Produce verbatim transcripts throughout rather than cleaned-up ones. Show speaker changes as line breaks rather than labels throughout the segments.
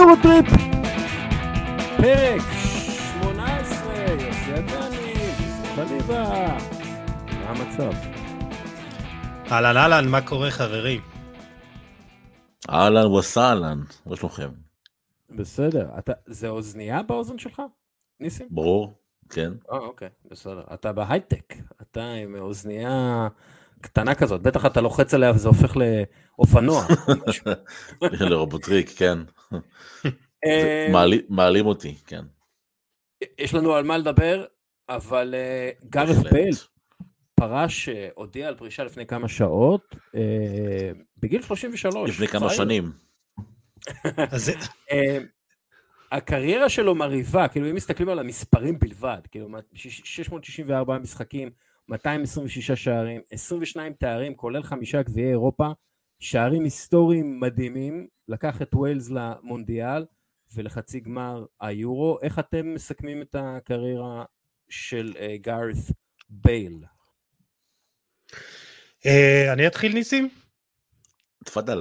יורוטריפ פרק שמונה עשרה, יוסי עדני, חליבה, מה המצב?
אהלן אהלן, מה קורה חברים?
אהלן וסהלן, מה שלומכם?
בסדר, אתה, זה אוזנייה באוזן שלך? ניסים?
ברור, כן.
אה, אוקיי, בסדר, אתה בהייטק, אתה עם אוזנייה קטנה כזאת, בטח אתה לוחץ עליה וזה הופך לאופנוע.
לרובוטריק, כן. מעלים אותי, כן.
יש לנו על מה לדבר, אבל גארת בייל פרש, הודיע על פרישה לפני כמה שעות, בגיל שלושים ושלוש.
לפני כמה שנים.
הקריירה שלו מריבה, כאילו אם מסתכלים על המספרים בלבד, כאילו שש מאות שישים וארבעה משחקים, מאתיים עשרים ושישה שערים, עשרים ושניים תארים, כולל חמישה גביעי אירופה, שערים היסטוריים מדהימים, לקח את ווילס למונדיאל, ולחצי גמר היורו. איך אתם מסכמים את הקריירה של גארת בייל?
אני אתחיל ניסים?
תפדל.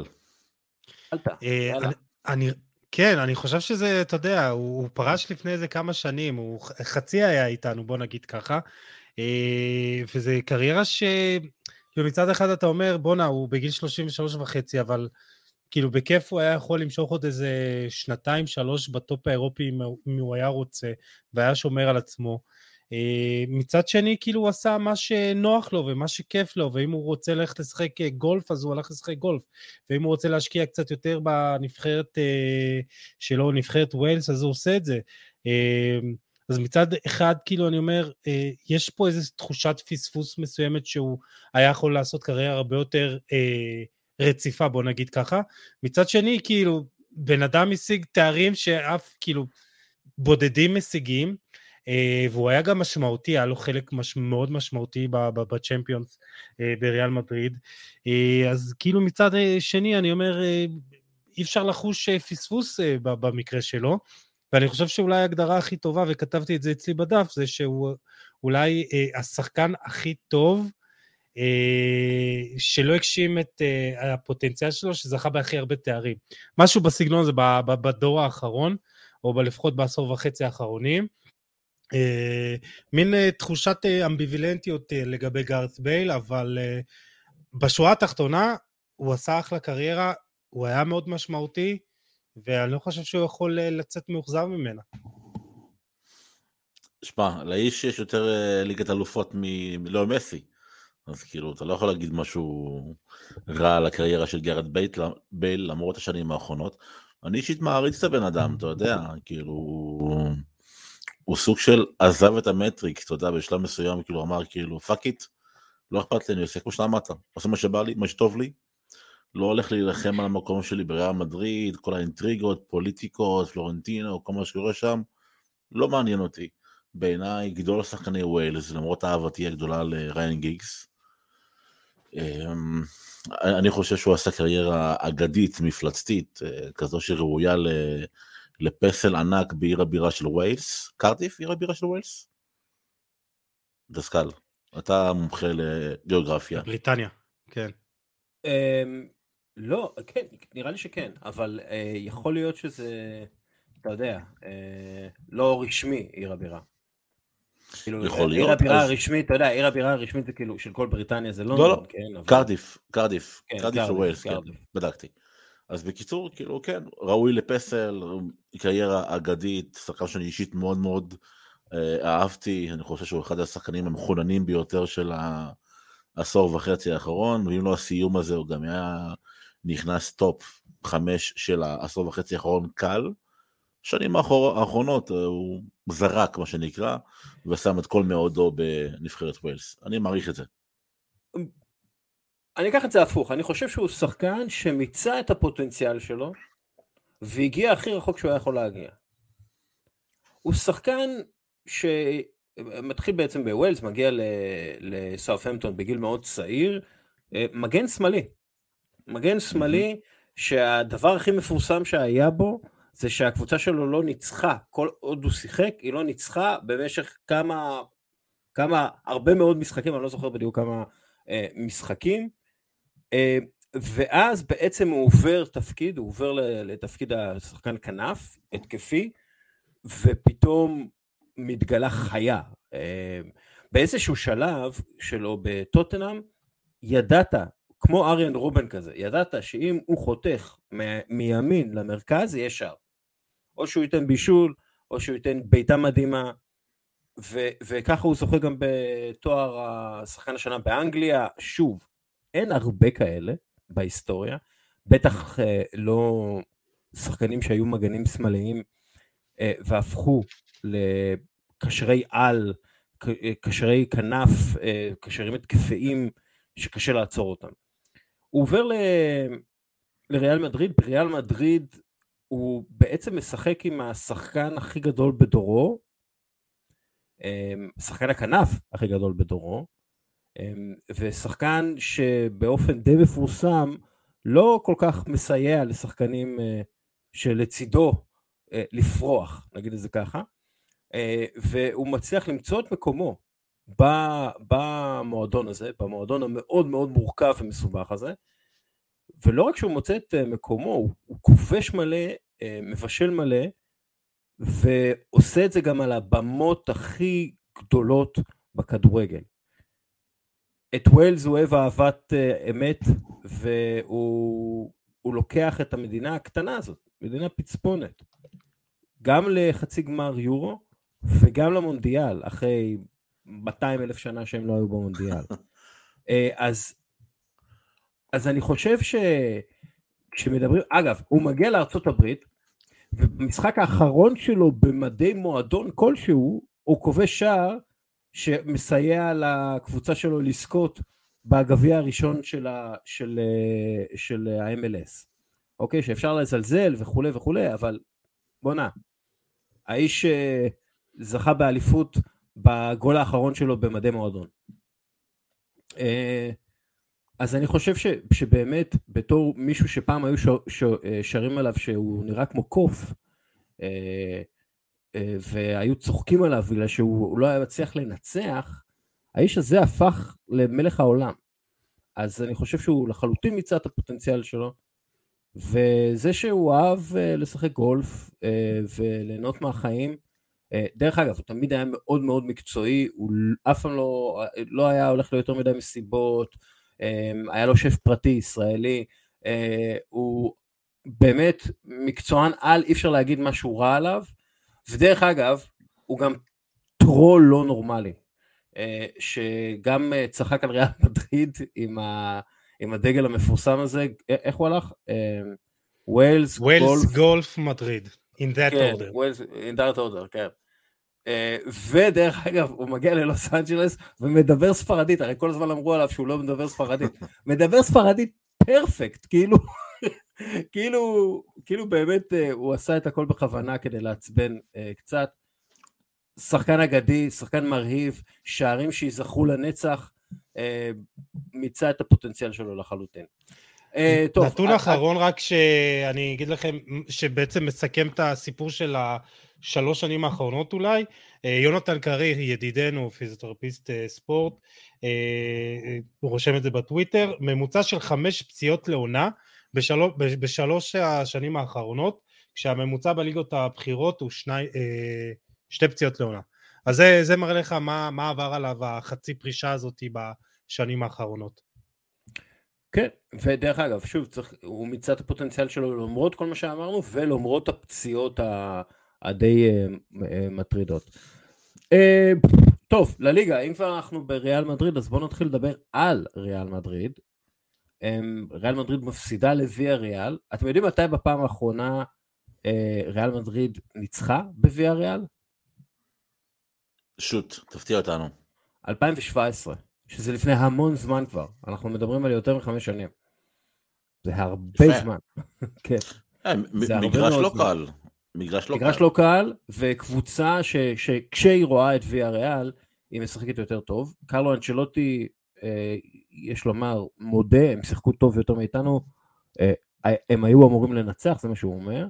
אני... כן, אני חושב שזה, אתה יודע, הוא, הוא פרש לפני איזה כמה שנים, הוא חצי היה איתנו, בוא נגיד ככה, וזה קריירה ש... מצד אחד אתה אומר, בונה, הוא בגיל שלושים ושלוש וחצי, אבל כאילו בכיף הוא היה יכול למשוך עוד איזה שנתיים, שלוש בטופ האירופי, אם הוא היה רוצה, והיה שומר על עצמו. מצד שני, כאילו הוא עשה מה שנוח לו, ומה שכיף לו, ואם הוא רוצה ללכת לשחק גולף, אז הוא הלך לשחק גולף, ואם הוא רוצה להשקיע קצת יותר בנבחרת שלו, נבחרת ווילס, אז הוא עושה את זה. אז מצד אחד, כאילו אני אומר, יש פה איזו תחושת פספוס מסוימת, שהוא היה יכול לעשות קריירה הרבה יותר רציפה, בוא נגיד ככה. מצד שני, כאילו, בן אדם משיג תארים שאף, כאילו, בודדים משיגים, והוא היה גם משמעותי, היה לו חלק מש, מאוד משמעותי בצ'מפיונס בריאל מדריד, אז כאילו מצד שני אני אומר, אי אפשר לחוש פספוס במקרה שלו, ואני חושב שאולי ההגדרה הכי טובה, וכתבתי את זה אצלי בדף, זה שהוא אולי השחקן הכי טוב, שלא הגשים את הפוטנציאל שלו, שזכה בהכי הרבה תארים, משהו בסגנון הזה בדור האחרון, או לפחות בעשור וחצי האחרונים, Uh, מין uh, תחושת uh, אמביבילנטיות uh, לגבי גארת בייל, אבל uh, בשורה התחתונה הוא עשה אחלה קריירה, הוא היה מאוד משמעותי, ואני לא חושב שהוא יכול uh, לצאת מאוכזב ממנה.
שמע, לאיש יש יותר uh, ליגת אלופות מלאו מסי, אז כאילו אתה לא יכול להגיד משהו רע על הקריירה של גארת בייל למרות השנים האחרונות. אני אישית מעריץ את הבן אדם, אתה יודע, כאילו הוא סוג של עזב את המטריקס, אתה יודע, בשלב מסוים, כאילו אמר, כאילו, פאק איט, לא אכפת לי, אני עושה כמו שאתה אמרת, עושה מה שבא לי, מה שטוב לי, לא הולך להילחם על המקום שלי בריאל מדריד, כל האינטריגות, פוליטיקות, פלורנטינו, כל מה שקורה שם, לא מעניין אותי. בעיניי, גדול השחקני ווילס, למרות אהבתי הגדולה לריין גיגס, אני חושב שהוא עשה קריירה אגדית, מפלצתית, כזו שראויה ל... לפסל ענק בעיר הבירה של ווילס. קרדיף, עיר הבירה של ווילס? דסקל, אתה מומחה לגיאוגרפיה.
בריטניה, כן.
לא, כן, נראה לי שכן, אבל יכול להיות שזה, אתה יודע, לא רשמי עיר הבירה.
יכול להיות.
עיר הבירה הרשמית, אתה יודע, עיר הבירה הרשמית זה כאילו של כל בריטניה, זה לא...
לא, לא, קרדיף, קרדיף, קרדיף של ווילס, כן, בדקתי. אז בקיצור, כאילו, כן, ראוי לפסל, קריירה אגדית, שחקן שאני אישית מאוד מאוד אה, אהבתי, אני חושב שהוא אחד השחקנים המחוננים ביותר של העשור וחצי האחרון, ואם לא הסיום הזה, הוא גם היה נכנס טופ חמש של העשור וחצי האחרון קל, שנים האחרונות הוא זרק, מה שנקרא, ושם את כל מאודו בנבחרת ווילס. אני מעריך את זה.
אני אקח את זה הפוך, אני חושב שהוא שחקן שמיצה את הפוטנציאל שלו, והגיע הכי רחוק שהוא היה יכול להגיע. הוא שחקן שמתחיל בעצם בווילס, מגיע לסאות'המפטון בגיל מאוד צעיר, מגן שמאלי. מגן שמאלי שהדבר הכי מפורסם שהיה בו, זה שהקבוצה שלו לא ניצחה, כל עוד הוא שיחק, היא לא ניצחה במשך כמה, כמה, הרבה מאוד משחקים, אני לא זוכר בדיוק כמה משחקים, ואז בעצם הוא עובר תפקיד, הוא עובר לתפקיד השחקן כנף, התקפי, ופתאום מתגלה חיה. באיזשהו שלב שלו בטוטנהאם, ידעת, כמו אריאן רובן כזה, ידעת שאם הוא חותך מימין למרכז, יהיה שער. או שהוא ייתן בישול, או שהוא ייתן ביתה מדהימה, ו- וככה הוא זוכה גם בתואר השחקן השנה באנגליה. שוב, אין הרבה כאלה בהיסטוריה, בטח אה, לא שחקנים שהיו מגנים שמאליים, אה, והפכו לקשרי על, קשרי כנף, אה, קשרים התקפיים, שקשה לעצור אותם. הוא עובר ל... לריאל מדריד. בריאל מדריד הוא בעצם משחק עם השחקן הכי גדול בדורו, שחקן הכנף הכי גדול בדורו, ושחקן שבאופן די מפורסם לא כל כך מסייע לשחקנים שלצידו לפרוח, נגיד את זה ככה, והוא מצליח למצוא את מקומו במועדון הזה, במועדון המאוד מאוד מורכב ומסובך הזה, ולא רק שהוא מוצא את מקומו, הוא כובש מלא, מבשל מלא, ועושה את זה גם על הבמות הכי גדולות בכדורגל. את ווילס הוא אוהב אהבת אמת, והוא לוקח את המדינה הקטנה הזאת, מדינה פצפונת, גם לחצי גמר יורו, וגם למונדיאל, אחרי מאתיים אלף שנה שהם לא היו במונדיאל. אז, אז אני חושב שכשמדברים, אגב, הוא מגיע לארצות הברית, ובמשחק האחרון שלו במדי מועדון כלשהו, הוא כובש שער שמסייע לקבוצה שלו לזכות בגביע הראשון של ה, של של ה-אם אל אס. אוקיי, שאפשר לזלזל וכו' וכו', אבל בוא נע. האיש זכה באליפות בגול האחרון שלו במדי מועדון. אז אני חושב ש, שבאמת בתור מישהו שפעם היו ש, ש, שרים עליו שהוא נראה כמו קוף, והיו צוחקים עליו בגלל שהוא לא היה מצליח לנצח, האיש הזה הפך למלך העולם. אז אני חושב שהוא לחלוטין מיצה את הפוטנציאל שלו, וזה שהוא אהב לשחק גולף וליהנות מהחיים, דרך אגב, הוא תמיד היה מאוד מאוד מקצועי, הוא אף פעם לא, לא היה הולך ליותר מדי מסיבות, היה לו שף פרטי ישראלי, הוא באמת מקצוען על, אי אפשר להגיד משהו רע עליו, ודרך אגב, הוא גם טרול לא נורמלי, שגם צחק על ריאל מדריד עם, ה, עם הדגל המפורסם הזה, איך הוא הלך? ווילס,
ווילס, גולף, מדריד, in that
כן,
order.
ווילס, in that order, כן. ודרך אגב, הוא מגיע ללוס אנג'לס ומדבר ספרדית, הרי כל הזמן אמרו עליו שהוא לא מדבר ספרדית, מדבר ספרדית פרפקט, כאילו, כאילו, כאילו באמת הוא עשה את הכל בכוונה כדי לעצבן קצת. שחקן אגדי, שחקן מרהיב, שערים שיזכו לנצח, מיצה את הפוטנציאל שלו לחלוטין.
נתון אחרון רק שאני אגיד לכם, שבעצם מסכם את הסיפור של השלוש שנים האחרונות אולי, יונתן קריר, ידידנו, פיזיותרפיסט ספורט, הוא רושם את זה בטוויטר, ממוצע של חמש פציעות לעונה, בשלוש, בשלוש השנים האחרונות, כשהממוצע בליגות הבחירות הוא שני, שתי פציעות לעונה. אז זה, זה מראה לך מה, מה עבר עליו החצי פרישה הזאת בשנים האחרונות.
כן, ודרך אגב, שוב, צריך, הוא מיצה את הפוטנציאל שלו למרות כל מה שאמרנו, ולמרות הפציעות הדי מטרידות. טוב, לליגה, אם כבר אנחנו בריאל מדריד, אז בואו נתחיל לדבר על ריאל מדריד. ריאל מדריד מפסידה לוויה ריאל. אתם יודעים מתי בפעם האחרונה ריאל מדריד ניצחה בוויה ריאל?
שוט, תפתיע אותנו.
אלפיים שבע עשרה, שזה לפני המון זמן כבר. אנחנו מדברים על יותר מחמש שנים. זה הרבה זמן. כן.
מגרש לא קל. מגרש לא קל.
מגרש לא קל, וקבוצה שכשהיא רואה את ויה ריאל, היא משחקת יותר טוב. קרלו אנצ'לוטי, יש לומר, מודה, הם שיחקו טוב יותר מאיתנו, הם היו אמורים לנצח, זה מה שהוא אומר.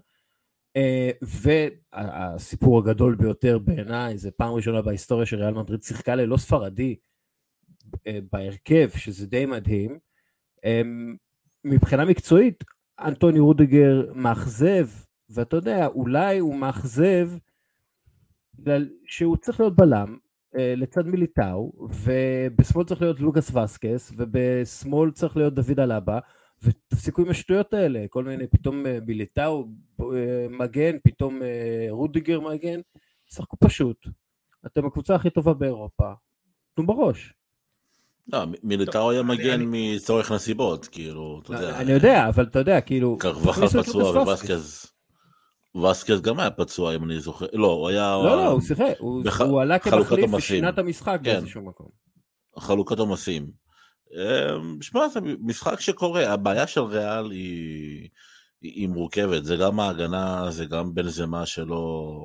והסיפור הגדול ביותר בעיניי, זה פעם ראשונה בהיסטוריה שריאל מדריד שיחקה ללא ספרדי בהרכב, שזה די מדהים, מבחינה מקצועית, אנטוני רודיגר מאכזב, ואתה יודע, אולי הוא מאכזב, בגלל שהוא צריך להיות בלם, לצד מיליטאו, ובשמאל צריך להיות לוקאס וסקס, ובשמאל צריך להיות דוד אלבה, ותפסיקו עם השטויות האלה, כל מיני, פתאום מיליטאו מגן, פתאום רודיגר מגן, שחקו פשוט, אתם הקבוצה הכי טובה באירופה, תנו בראש.
לא, מיליטאו היה מגן מצורך נסיבות, כאילו, אתה יודע.
אני יודע, אבל אתה יודע, כאילו...
קרבחל פצוע ווסקז, ווסקז גם היה פצוע, אם אני זוכר, לא, הוא היה...
לא, לא, הוא שיחק, הוא עלה כמחליף ושינת המשחק באיזשהו מקום.
חלוקת עומסים. שמע, זה משחק שקורה, הבעיה של ריאל היא, היא מורכבת, זה גם ההגנה, זה גם בנזמה שלא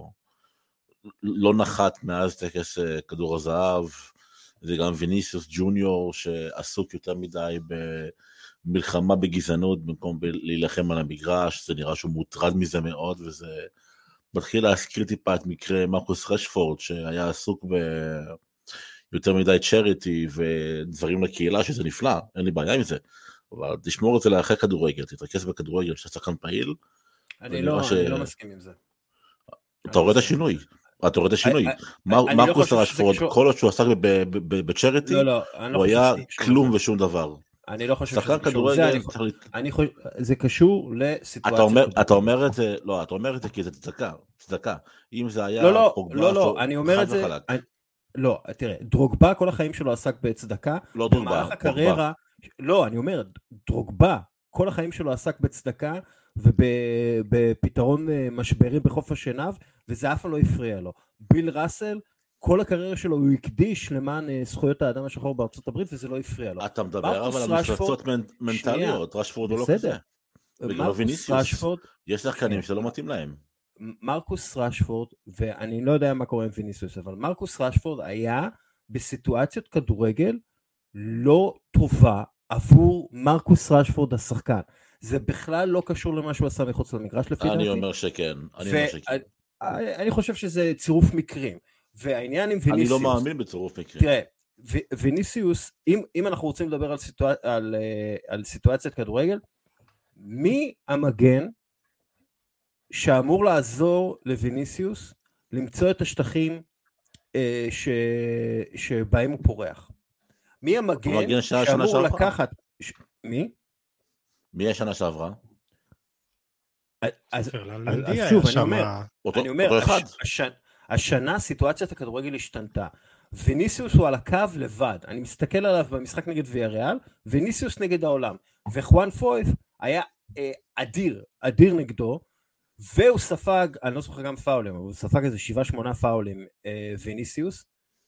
לא נחת מאז טקס כדור הזהב, זה גם ויניסיוס ג'וניור שעסוק יותר מדי במלחמה בגזענות במקום להילחם על המגרש, זה נראה שהוא מוטרד מזה מאוד, וזה מתחיל להזכיר טיפה את מקרה מרקוס רשפורד שהיה עסוק ב... יותר מדי צ'ריטי ודברים לקהילה, שזה נפלא, אין לי בעיה עם זה, אבל תשמור את זה לאחרי כדורגל, תתרכז בכדורגל, שאתה שחקן פעיל.
אני לא, ש... אני לא מסכים עם זה.
אתה רואה את השינוי, אתה רואה את השינוי. מרקוס רשפורד, כל עוד שהוא עסק בצ'ריטי, הוא היה כלום ושום דבר.
אני לא חושב שזה קשור לזה, זה קשור לסיטואציה.
אתה אומר את זה, לא, אתה אומר את זה כי זה צדקה, צדקה. אם זה היה...
לא, לא, לא, אני אומר את זה... לא, תראה, דרוגבה כל החיים שלו עסק בצדקה.
לא דרוגבה,
הקריירה, לא, אני אומר, דרוגבה כל החיים שלו עסק בצדקה, ובפתרון משברים בחוף השנהב, וזה אף פעם לא הפריע לו. ביל ראסל, כל הקריירה שלו הוא הקדיש למען זכויות האדם השחור בארצות הברית, וזה לא הפריע לו.
אתה מדבר אבל על מפלצות מנטליות, רשפורד הוא לא כזה. בגלל ויניסיוס, יש שחקנים שלא מתאים להם.
מרקוס רשפורד, ואני לא יודע מה קורה עם ויניסיוס, אבל מרקוס רשפורד היה בסיטואציות כדורגל לא טובה עבור מרקוס רשפורד השחקן. זה בכלל לא קשור למה שהוא עשה מחוץ למגרש לפי דעתי.
אני אומר שכן, אני אומר שכן.
אני חושב שזה צירוף מקרים, והעניין עם ויניסיוס...
אני לא מאמין בצירוף מקרים.
תראה, ויניסיוס, אם אנחנו רוצים לדבר על סיטואציית כדורגל, מי המגן שאמור לעזור לויניסיוס למצוא את השטחים אה, ש... שבהם הוא פורח. מי המגן, המגן שאמור לקחת... ש... מי?
מי השנה שעברה?
אז, אז, אז שוב, אני אומר, אותו, אני אומר הש, הש, השנה סיטואציית הכדורגל השתנתה. ויניסיוס הוא על הקו לבד. אני מסתכל עליו במשחק נגד ויאריאל, ויניסיוס נגד העולם. וחואן פויף היה אה, אדיר, אדיר נגדו, והוא ספג, אני לא זוכר גם פאולים, הוא ספג איזה שבעה שמונה פאולים, אה, ויניסיוס.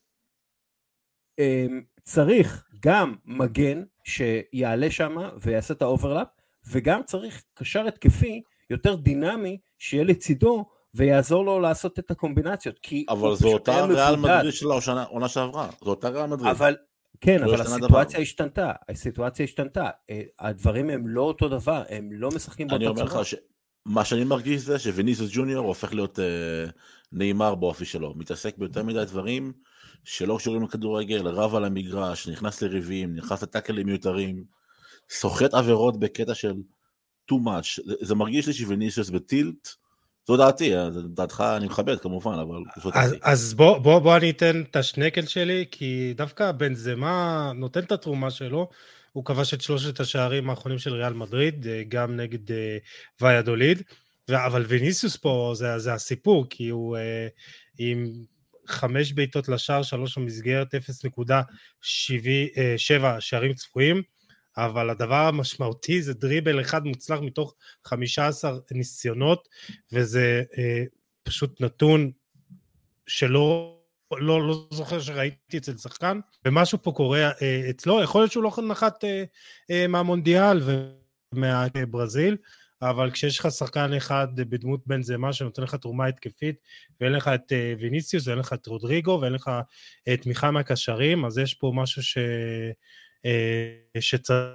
אה, צריך גם מגן שיעלה שם ויעשה את האוברלאפ, וגם צריך קשר התקפי יותר דינמי שיהיה לצידו ויעזור לו לעשות את הקומבינציות.
אבל זו אותה ריאל מדריד של העונה שעברה, זו אותה ריאל מדריד.
אבל, כן, אבל הסיטואציה השתנתה, הסיטואציה השתנתה, הדברים הם לא אותו דבר, הם לא משחקים באותה צורה.
אני אומר לך ש... מה שאני מרגיש זה שוויניסיוס ג'וניור הופך להיות אה, נאמר באופי שלו, מתעסק ביותר מדי דברים שלא קשורים לכדורגל, רב על המגרש, נכנס לריבים, נכנס לטאקלים מיותרים, סוחט עבירות בקטע של too much, זה, זה מרגיש לי שוויניסיוס בטילט, זו דעתי, דעתך אני מכבד כמובן, אבל
אז, אז בוא, בוא, בוא אני אתן את השנקל שלי, כי דווקא בנזמה נותן את התרומה שלו, הוא כבש את שלושת השערים האחרונים של ריאל מדריד, גם נגד ויאדוליד, אבל ויניסיוס פה זה, זה הסיפור, כי הוא עם חמש בעיטות לשער, שלוש במסגרת, אפס נקודה שבע שערים צפויים, אבל הדבר המשמעותי זה דריבל אחד מוצלח מתוך חמישה עשר ניסיונות, וזה פשוט נתון שלא... לא, לא זוכר שראיתי אצל שחקן, ומשהו פה קורה אה, אצלו, יכול להיות שהוא לא נחת אה, אה, מהמונדיאל ומהברזיל, אבל כשיש לך שחקן אחד בדמות בנזמה שנותן לך תרומה התקפית, ואין לך את אה, ויניסיוס, ואין לך את רודריגו, ואין לך אה, תמיכה מהקשרים, אז יש פה משהו ש, אה, שצריך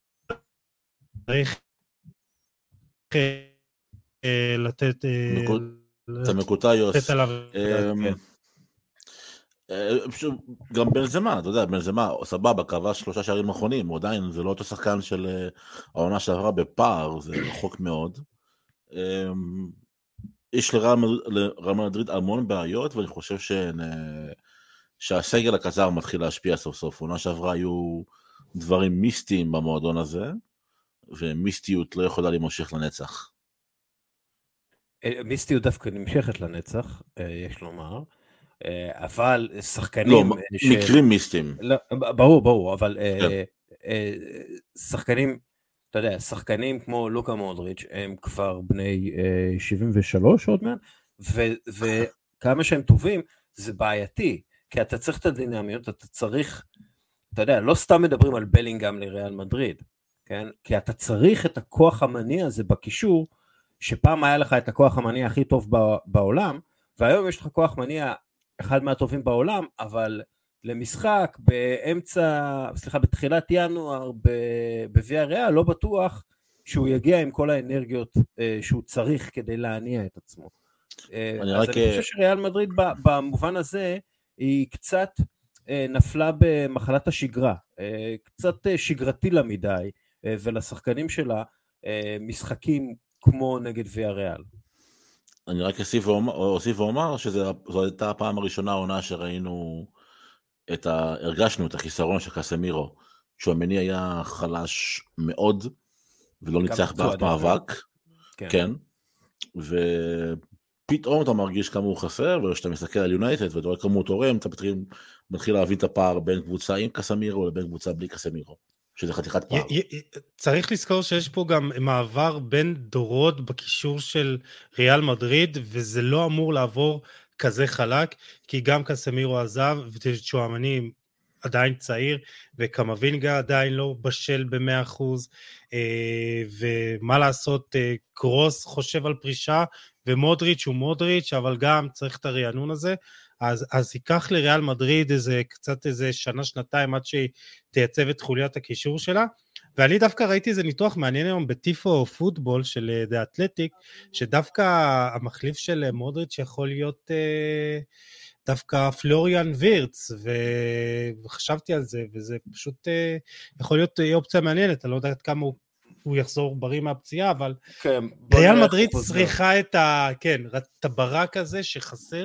אה, לתת... אה,
אתה מקוטע יוס.
לתת עליו...
אה,
כן.
גם בנזמה, אתה יודע, בנזמה, סבבה, כבש שלושה שערים אחרונים, עדיין זה לא אותו שחקן של העונה שעברה בפער, זה רחוק מאוד. יש לריאל מדריד המון בעיות, ואני חושב שהן, שהסגל הקצר מתחיל להשפיע סוף סוף. עונה שעברה היו דברים מיסטיים במועדון הזה, ומיסטיות לא יכולה להימשך לנצח.
מיסטיות דווקא נמשכת לנצח, יש לומר. אבל שחקנים...
לא, מקרים מיסטיים.
ברור, ברור, אבל שחקנים, אתה יודע, שחקנים כמו לוקה מודריץ' הם כבר בני שבעים ושלוש עוד מעט, וכמה שהם טובים זה בעייתי, כי אתה צריך את הדינמיות, אתה צריך, אתה יודע, לא סתם מדברים על בלינגהאם לריאל מדריד, כן? כי אתה צריך את הכוח המניע הזה בקישור, שפעם היה לך את הכוח המניע הכי טוב בעולם, והיום יש לך כוח מניע אחד מהטובים בעולם, אבל למשחק באמצע, סליחה, בתחילת ינואר בוויה ריאל, לא בטוח שהוא יגיע עם כל האנרגיות שהוא צריך כדי להניע את עצמו. אני אז רק... אני חושב שריאל מדריד במובן הזה, היא קצת נפלה במחלת השגרה, קצת שגרתי למדי, ולשחקנים שלה משחקים כמו נגד וויה ריאל.
אני רק אוסיף ואומר שזו הייתה הפעם הראשונה העונה שראינו את ה... הרגשנו את החיסרון של קסמירו, שהוא המניע היה חלש מאוד, ולא ניצח באף מאבק, כן, כן. ופתאום אתה מרגיש כמה הוא חסר, וכשאתה מסתכל על יונייטד ואתה רואה כמה הוא תורם, אתה מתחיל להבין את הפער בין קבוצה עם קסמירו לבין קבוצה בלי קסמירו, שזה חתיכת פער.
צריך לזכור שיש פה גם מעבר בין דורות בקישור של ריאל מדריד, וזה לא אמור לעבור כזה חלק, כי גם קסמירו עזב, וצ'ואמני עדיין צעיר, וקמבינגה עדיין לא בשל ב-מאה אחוז, ומה לעשות, קרוס חושב על פרישה, ומודריץ' הוא מודריץ', אבל גם צריך את הרענון הזה, אז, אז ייקח לריאל מדריד איזה, קצת איזה שנה, שנתיים, עד שהיא תייצב את חוליית הקישור שלה, ואני דווקא ראיתי איזה ניתוח מעניין היום בטיפו פוטבול של דה אתלטיק, שדווקא המחליף של מודריץ' יכול להיות אה, דווקא פלוריאן וירץ, וחשבתי על זה, וזה פשוט אה, יכול להיות אופציה מעניינת, אני לא יודעת כמה הוא, הוא יחזור בריא מהפציעה, אבל כן, ריאל מדריד צריכה את, ה, כן, את הברק הזה שחסר,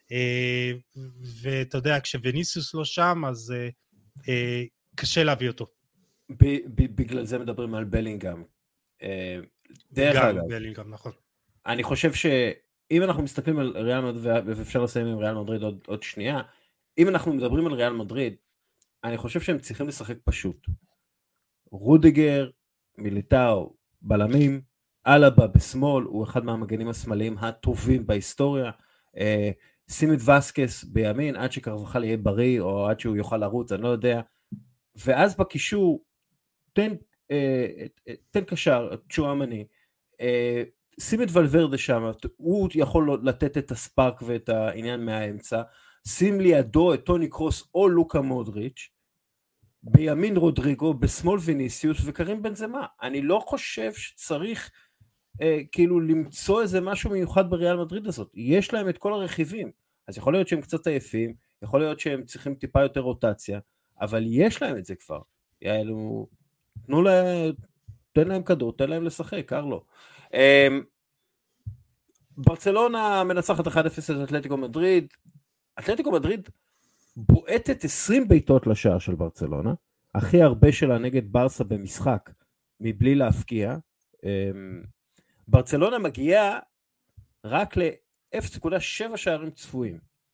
ואתה יודע, כשווניסיוס לא שם, אז קשה להביא אותו.
בגלל זה מדברים על בלינגהאם. דרך אגב,
בלינגהאם, נכון.
אני חושב שאם אנחנו מסתכלים על ריאל מדריד, ואפשר לסיים עם ריאל מדריד עוד, עוד שנייה, אם אנחנו מדברים על ריאל מדריד, אני חושב שהם צריכים לשחק פשוט. רודיגר, מיליטאו, בלמים, אלבה בשמאל, הוא אחד מהמגנים השמאליים הטובים בהיסטוריה, שים את וסקס בימין, עד שקרבחל יהיה בריא, או עד שהוא יוכל לרוץ, אני לא יודע, ואז בקישור, תן, אה, תן קשר, צ'ואמני, אה, שים את ולוורדה שם, הוא יכול לתת את הספארק ואת העניין מהאמצע, שים לידו את טוני קרוס או לוקה מודריץ', בימין רודריגו, בשמאל ויניסיוס וקרים בנזמה. אני לא חושב שצריך אה, כאילו למצוא איזה משהו מיוחד בריאל מדריד הזאת. יש להם את כל הרכיבים, אז יכול להיות שהם קצת עייפים, יכול להיות שהם צריכים טיפה יותר רוטציה, אבל יש להם את זה כבר. יאלו, תנו להם, תן להם כדור, תן להם לשחק, קרלו. אה, ברצלונה מנצחת אחד אפס את אתלטיקו מדריד, אתלטיקו מדריד בועטת עשרים בעיטות לשער של ברצלונה, הכי הרבה שלה נגד ברסה במשחק, מבלי להפקיע. ברצלונה מגיעה רק ל-אפס נקודה שבע שערים צפויים,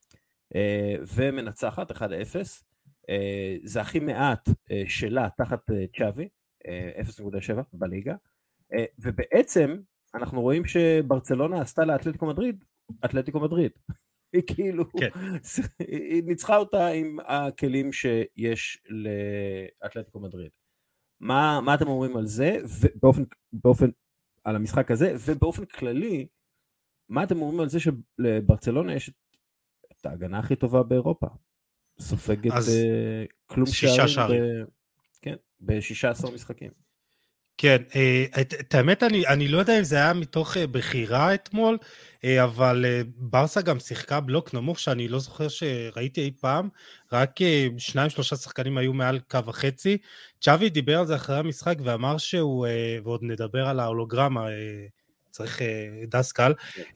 ומנצחת אחד אפס, זה הכי מעט שלה תחת צ'אבי, אפס נקודה שבע בליגה, ובעצם אנחנו רואים שברצלונה עשתה לאתלטיקו מדריד, אתלטיקו מדריד, היא כאילו, היא ניצחה אותה עם הכלים שיש לאתלטיקו מדריד. מה, מה אתם אומרים על זה, ובאופן, באופן, על המשחק הזה, ובאופן כללי, מה אתם אומרים על זה שלברצלונה יש את ההגנה הכי טובה באירופה? סופגת כלום שערים, ב, כן, ב-שישה עשר משחקים.
כן, את האמת אני, אני לא יודע אם זה היה מתוך בחירה אתמול, אבל ברסה גם שיחקה בלוק נמוך שאני לא זוכר שראיתי אי פעם, רק שניים שלושה שחקנים היו מעל קו החצי. צ'אבי דיבר על זה אחרי המשחק ואמר שהוא, ועוד נדבר על ההולוגרמה, צריך דסקל,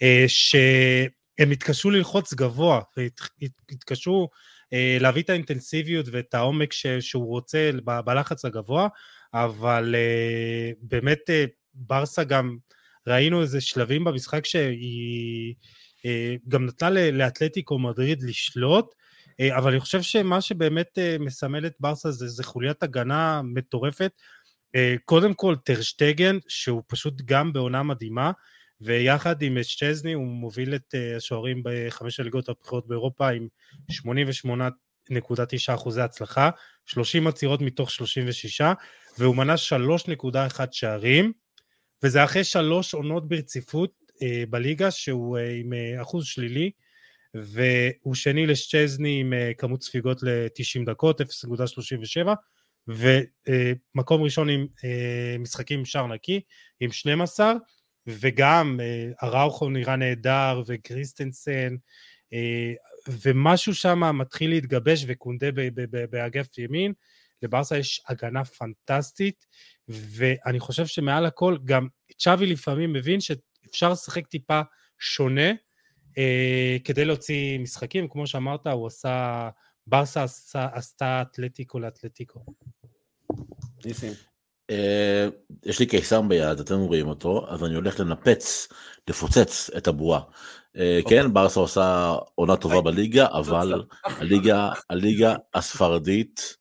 שהם התקשו ללחוץ גבוה, והתקשו להביא את האינטנסיביות ואת העומק שהוא רוצה בלחץ הגבוה, אבל uh, באמת uh, ברסה גם ראינו איזה שלבים במשחק שהיא uh, גם נתנה לאתלטיקו מדריד לשלוט, uh, אבל אני חושב שמה שבאמת uh, מסמל את ברסה זה, זה חוליית הגנה מטורפת, uh, קודם כל טרשטגן שהוא פשוט גם בעונה מדהימה, ויחד עם שצ'זני הוא מוביל את uh, השוערים בחמש הליגות הבכירות באירופה עם שמונים ושמונה נקודה תשע אחוזי הצלחה, שלושים עצירות מתוך שלושים ושש, והוא מנה שלוש נקודה אחת שערים, וזה אחרי שלוש עונות ברציפות אה, בליגה, שהוא אה, עם אה, אחוז שלילי, והוא שני לשצ'זני עם אה, כמות ספיגות ל-תשעים דקות, אפס נקודה שלושים ושבע, ומקום אה, ראשון עם אה, משחקים עם שער נקי, עם שנים עשר, וגם אה, אראוחו נראה נהדר, וקריסטנסן, אה, ומשהו שם מתחיל להתגבש וקונדה באגף ימין, לברסה יש הגנה פנטסטית, ואני חושב שמעל הכל גם צ'אבי לפעמים מבין שאפשר לשחק טיפה שונה, אה, כדי להוציא משחקים, כמו שאמרת, הוא עשה, ברסה עשה, עשתה אתלטיקו לאתלטיקו.
ניסים.
אה, יש לי קיסם ביד, אתם רואים אותו, אז אני הולך לנפץ, לפוצץ את הבועה. כן, ברסה עושה עונה טובה בליגה, אבל הליגה, הליגה הספרדית,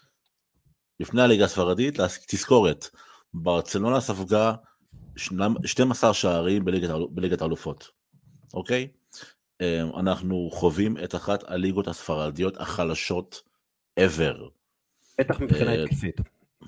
לפני הליגה הספרדית, תזכורת, ברצלונה ספגה שנים עשר שערים בליגת האלופות, אוקיי? אנחנו חווים את אחת הליגות הספרדיות החלשות ever.
בטח מבחינה התקפית.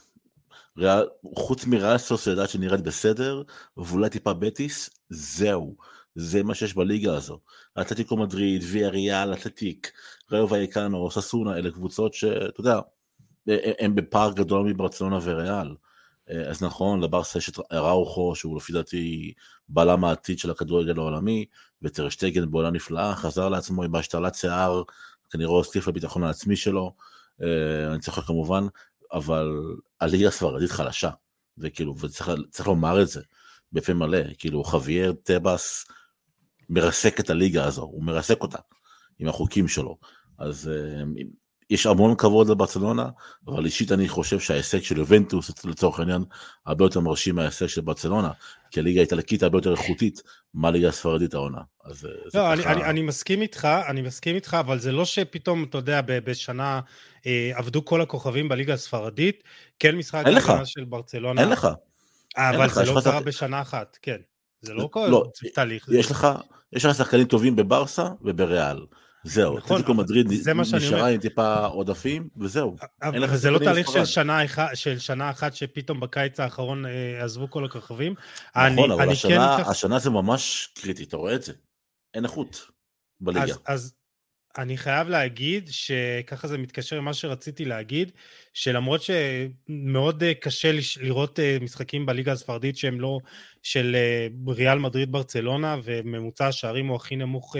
חוץ מריאל סוסיידד שנראית בסדר, ואולי טיפה בטיס, זהו. זה מה שיש בליגה הזו. אתלטיקו מדריד, ויאריאל, אתלטיק, ראיו וייקנו, ססונה, אלה קבוצות שאתה יודע, הם בפארק גדול מברצלונה וריאל. אז נכון, לברסה יש את אראוחו, שהוא לפי דעתי בלם העתיד של הכדורגל העולמי, וטרשטגן בעונה נפלאה, חזר לעצמו עם בהשתלת שיער, כנראה הוסיף לביטחון העצמי שלו, אני צוחק כמובן, אבל הליגה הספרדית חלשה, וכאילו, וצריך לומר את זה, בפה מלא, כאילו חווייר טבאס מרסק את הליגה הזו, הוא מרסק אותה עם החוקים שלו, אז uh, יש המון כבוד לברצלונה, אבל אישית אני חושב שההישג של יובנטוס לצורך העניין הרבה יותר מרשים מההישג של ברצלונה, כי הליגה האיטלקית הרבה יותר איכותית מהליגה הספרדית העונה. אז
לא, אני, ככה... אני, אני מסכים איתך, אני מסכים איתך, אבל זה לא שפתאום, אתה יודע, בשנה אה, עבדו כל הכוכבים בליגה הספרדית, כן משחק של ברצלונה.
אין לך.
אבל זה לא קרה בשנה אחת, כן. זה לא כל תהליך.
יש לך, יש לך שחקנים טובים בברסה ובריאל. זהו, אתלטיקו מדריד נשארה עם טיפה עודפים, וזהו.
אבל זה לא תהליך של שנה אחת שפתאום בקיץ האחרון עזבו כל הכוכבים.
נכון, אבל השנה זה ממש קריטי, אתה רואה את זה. אין איכות בליגה.
אז אני חייב להגיד שככה זה מתקשר למה שרציתי להגיד, שלמרות שמאוד קשה לראות משחקים בליגה הספרדית שהם לא של ריאל מדריד ברצלונה, וממוצע השערים הוא הכי נמוך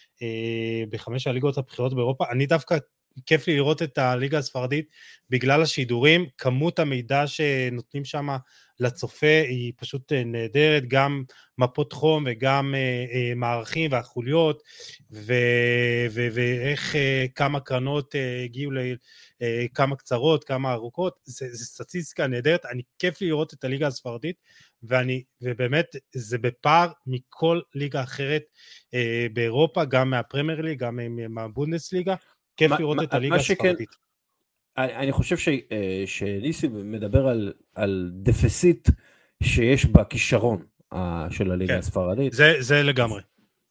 בחמש הליגות הבכירות באירופה, אני דווקא כיף לי לראות את הליגה הספרדית בגלל השידורים, כמות המידע שנותנים שם לצופה היא פשוט נהדרת, גם מפות חום וגם אה, מערכים והחוליות, ו, ו, ואיך אה, כמה קרנות אה, הגיעו לכמה קצרות, כמה ארוכות, זה, זה סטטיסטיקה נהדרת, אני כיף לי לראות את הליגה הספרדית, ואני, ובאמת זה בפער מכל ליגה אחרת אה, באירופה, גם מהפרמייר ליג, גם מהבונדסליגה, כיף לראות את הליגה הספרדית.
אני חושב שניסים מדבר על, על דפסיט שיש בכישרון של הליגה כן, הספרדית.
זה, זה לגמרי.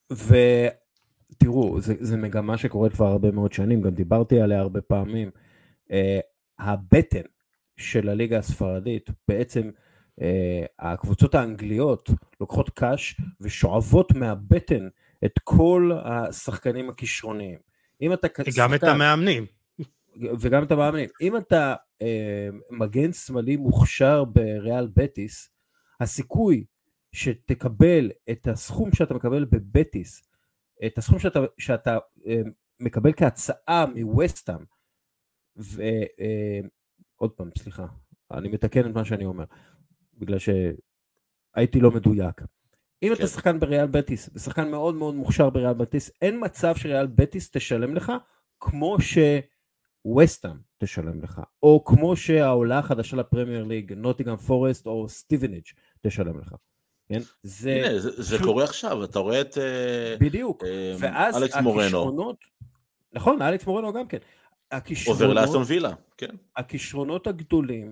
ותראו, זה, זה מגמה שקורית כבר הרבה מאוד שנים, גם דיברתי עליה הרבה פעמים. הבטן של הליגה הספרדית, בעצם הקבוצות האנגליות לוקחות קש ושואבות מהבטן את כל השחקנים הכישרוניים. אם אתה
גם את המאמנים.
וגם את המאמנים. אם אתה אה, מגן שמאלי מוכשר בריאל בטיס, הסיכוי שתקבל את הסכום שאתה מקבל בבטיס, את הסכום שאתה, שאתה אה, מקבל כהצעה מווסטהאם, ועוד פעם, סליחה, אני מתקן את מה שאני אומר, בגלל שהייתי לא מדויק. אם אתה שחקן בריאל בטיס, ושחקן מאוד מאוד מוכשר בריאל בטיס, אין מצב שריאל בטיס תשלם לך, כמו שווסטהאם תשלם לך, או כמו שהעולה החדשה לפרמייר ליג, נוטיגהאם פורסט או סטיבניג' תשלם לך. כן? זה,
הנה, זה, זה קורה עכשיו, אתה רואה את
בדיוק, ואז
אלכס מורנו.
נכון, אלכס מורנו גם כן.
עובר לאסטון וילה, כן.
הכישרונות הגדולים,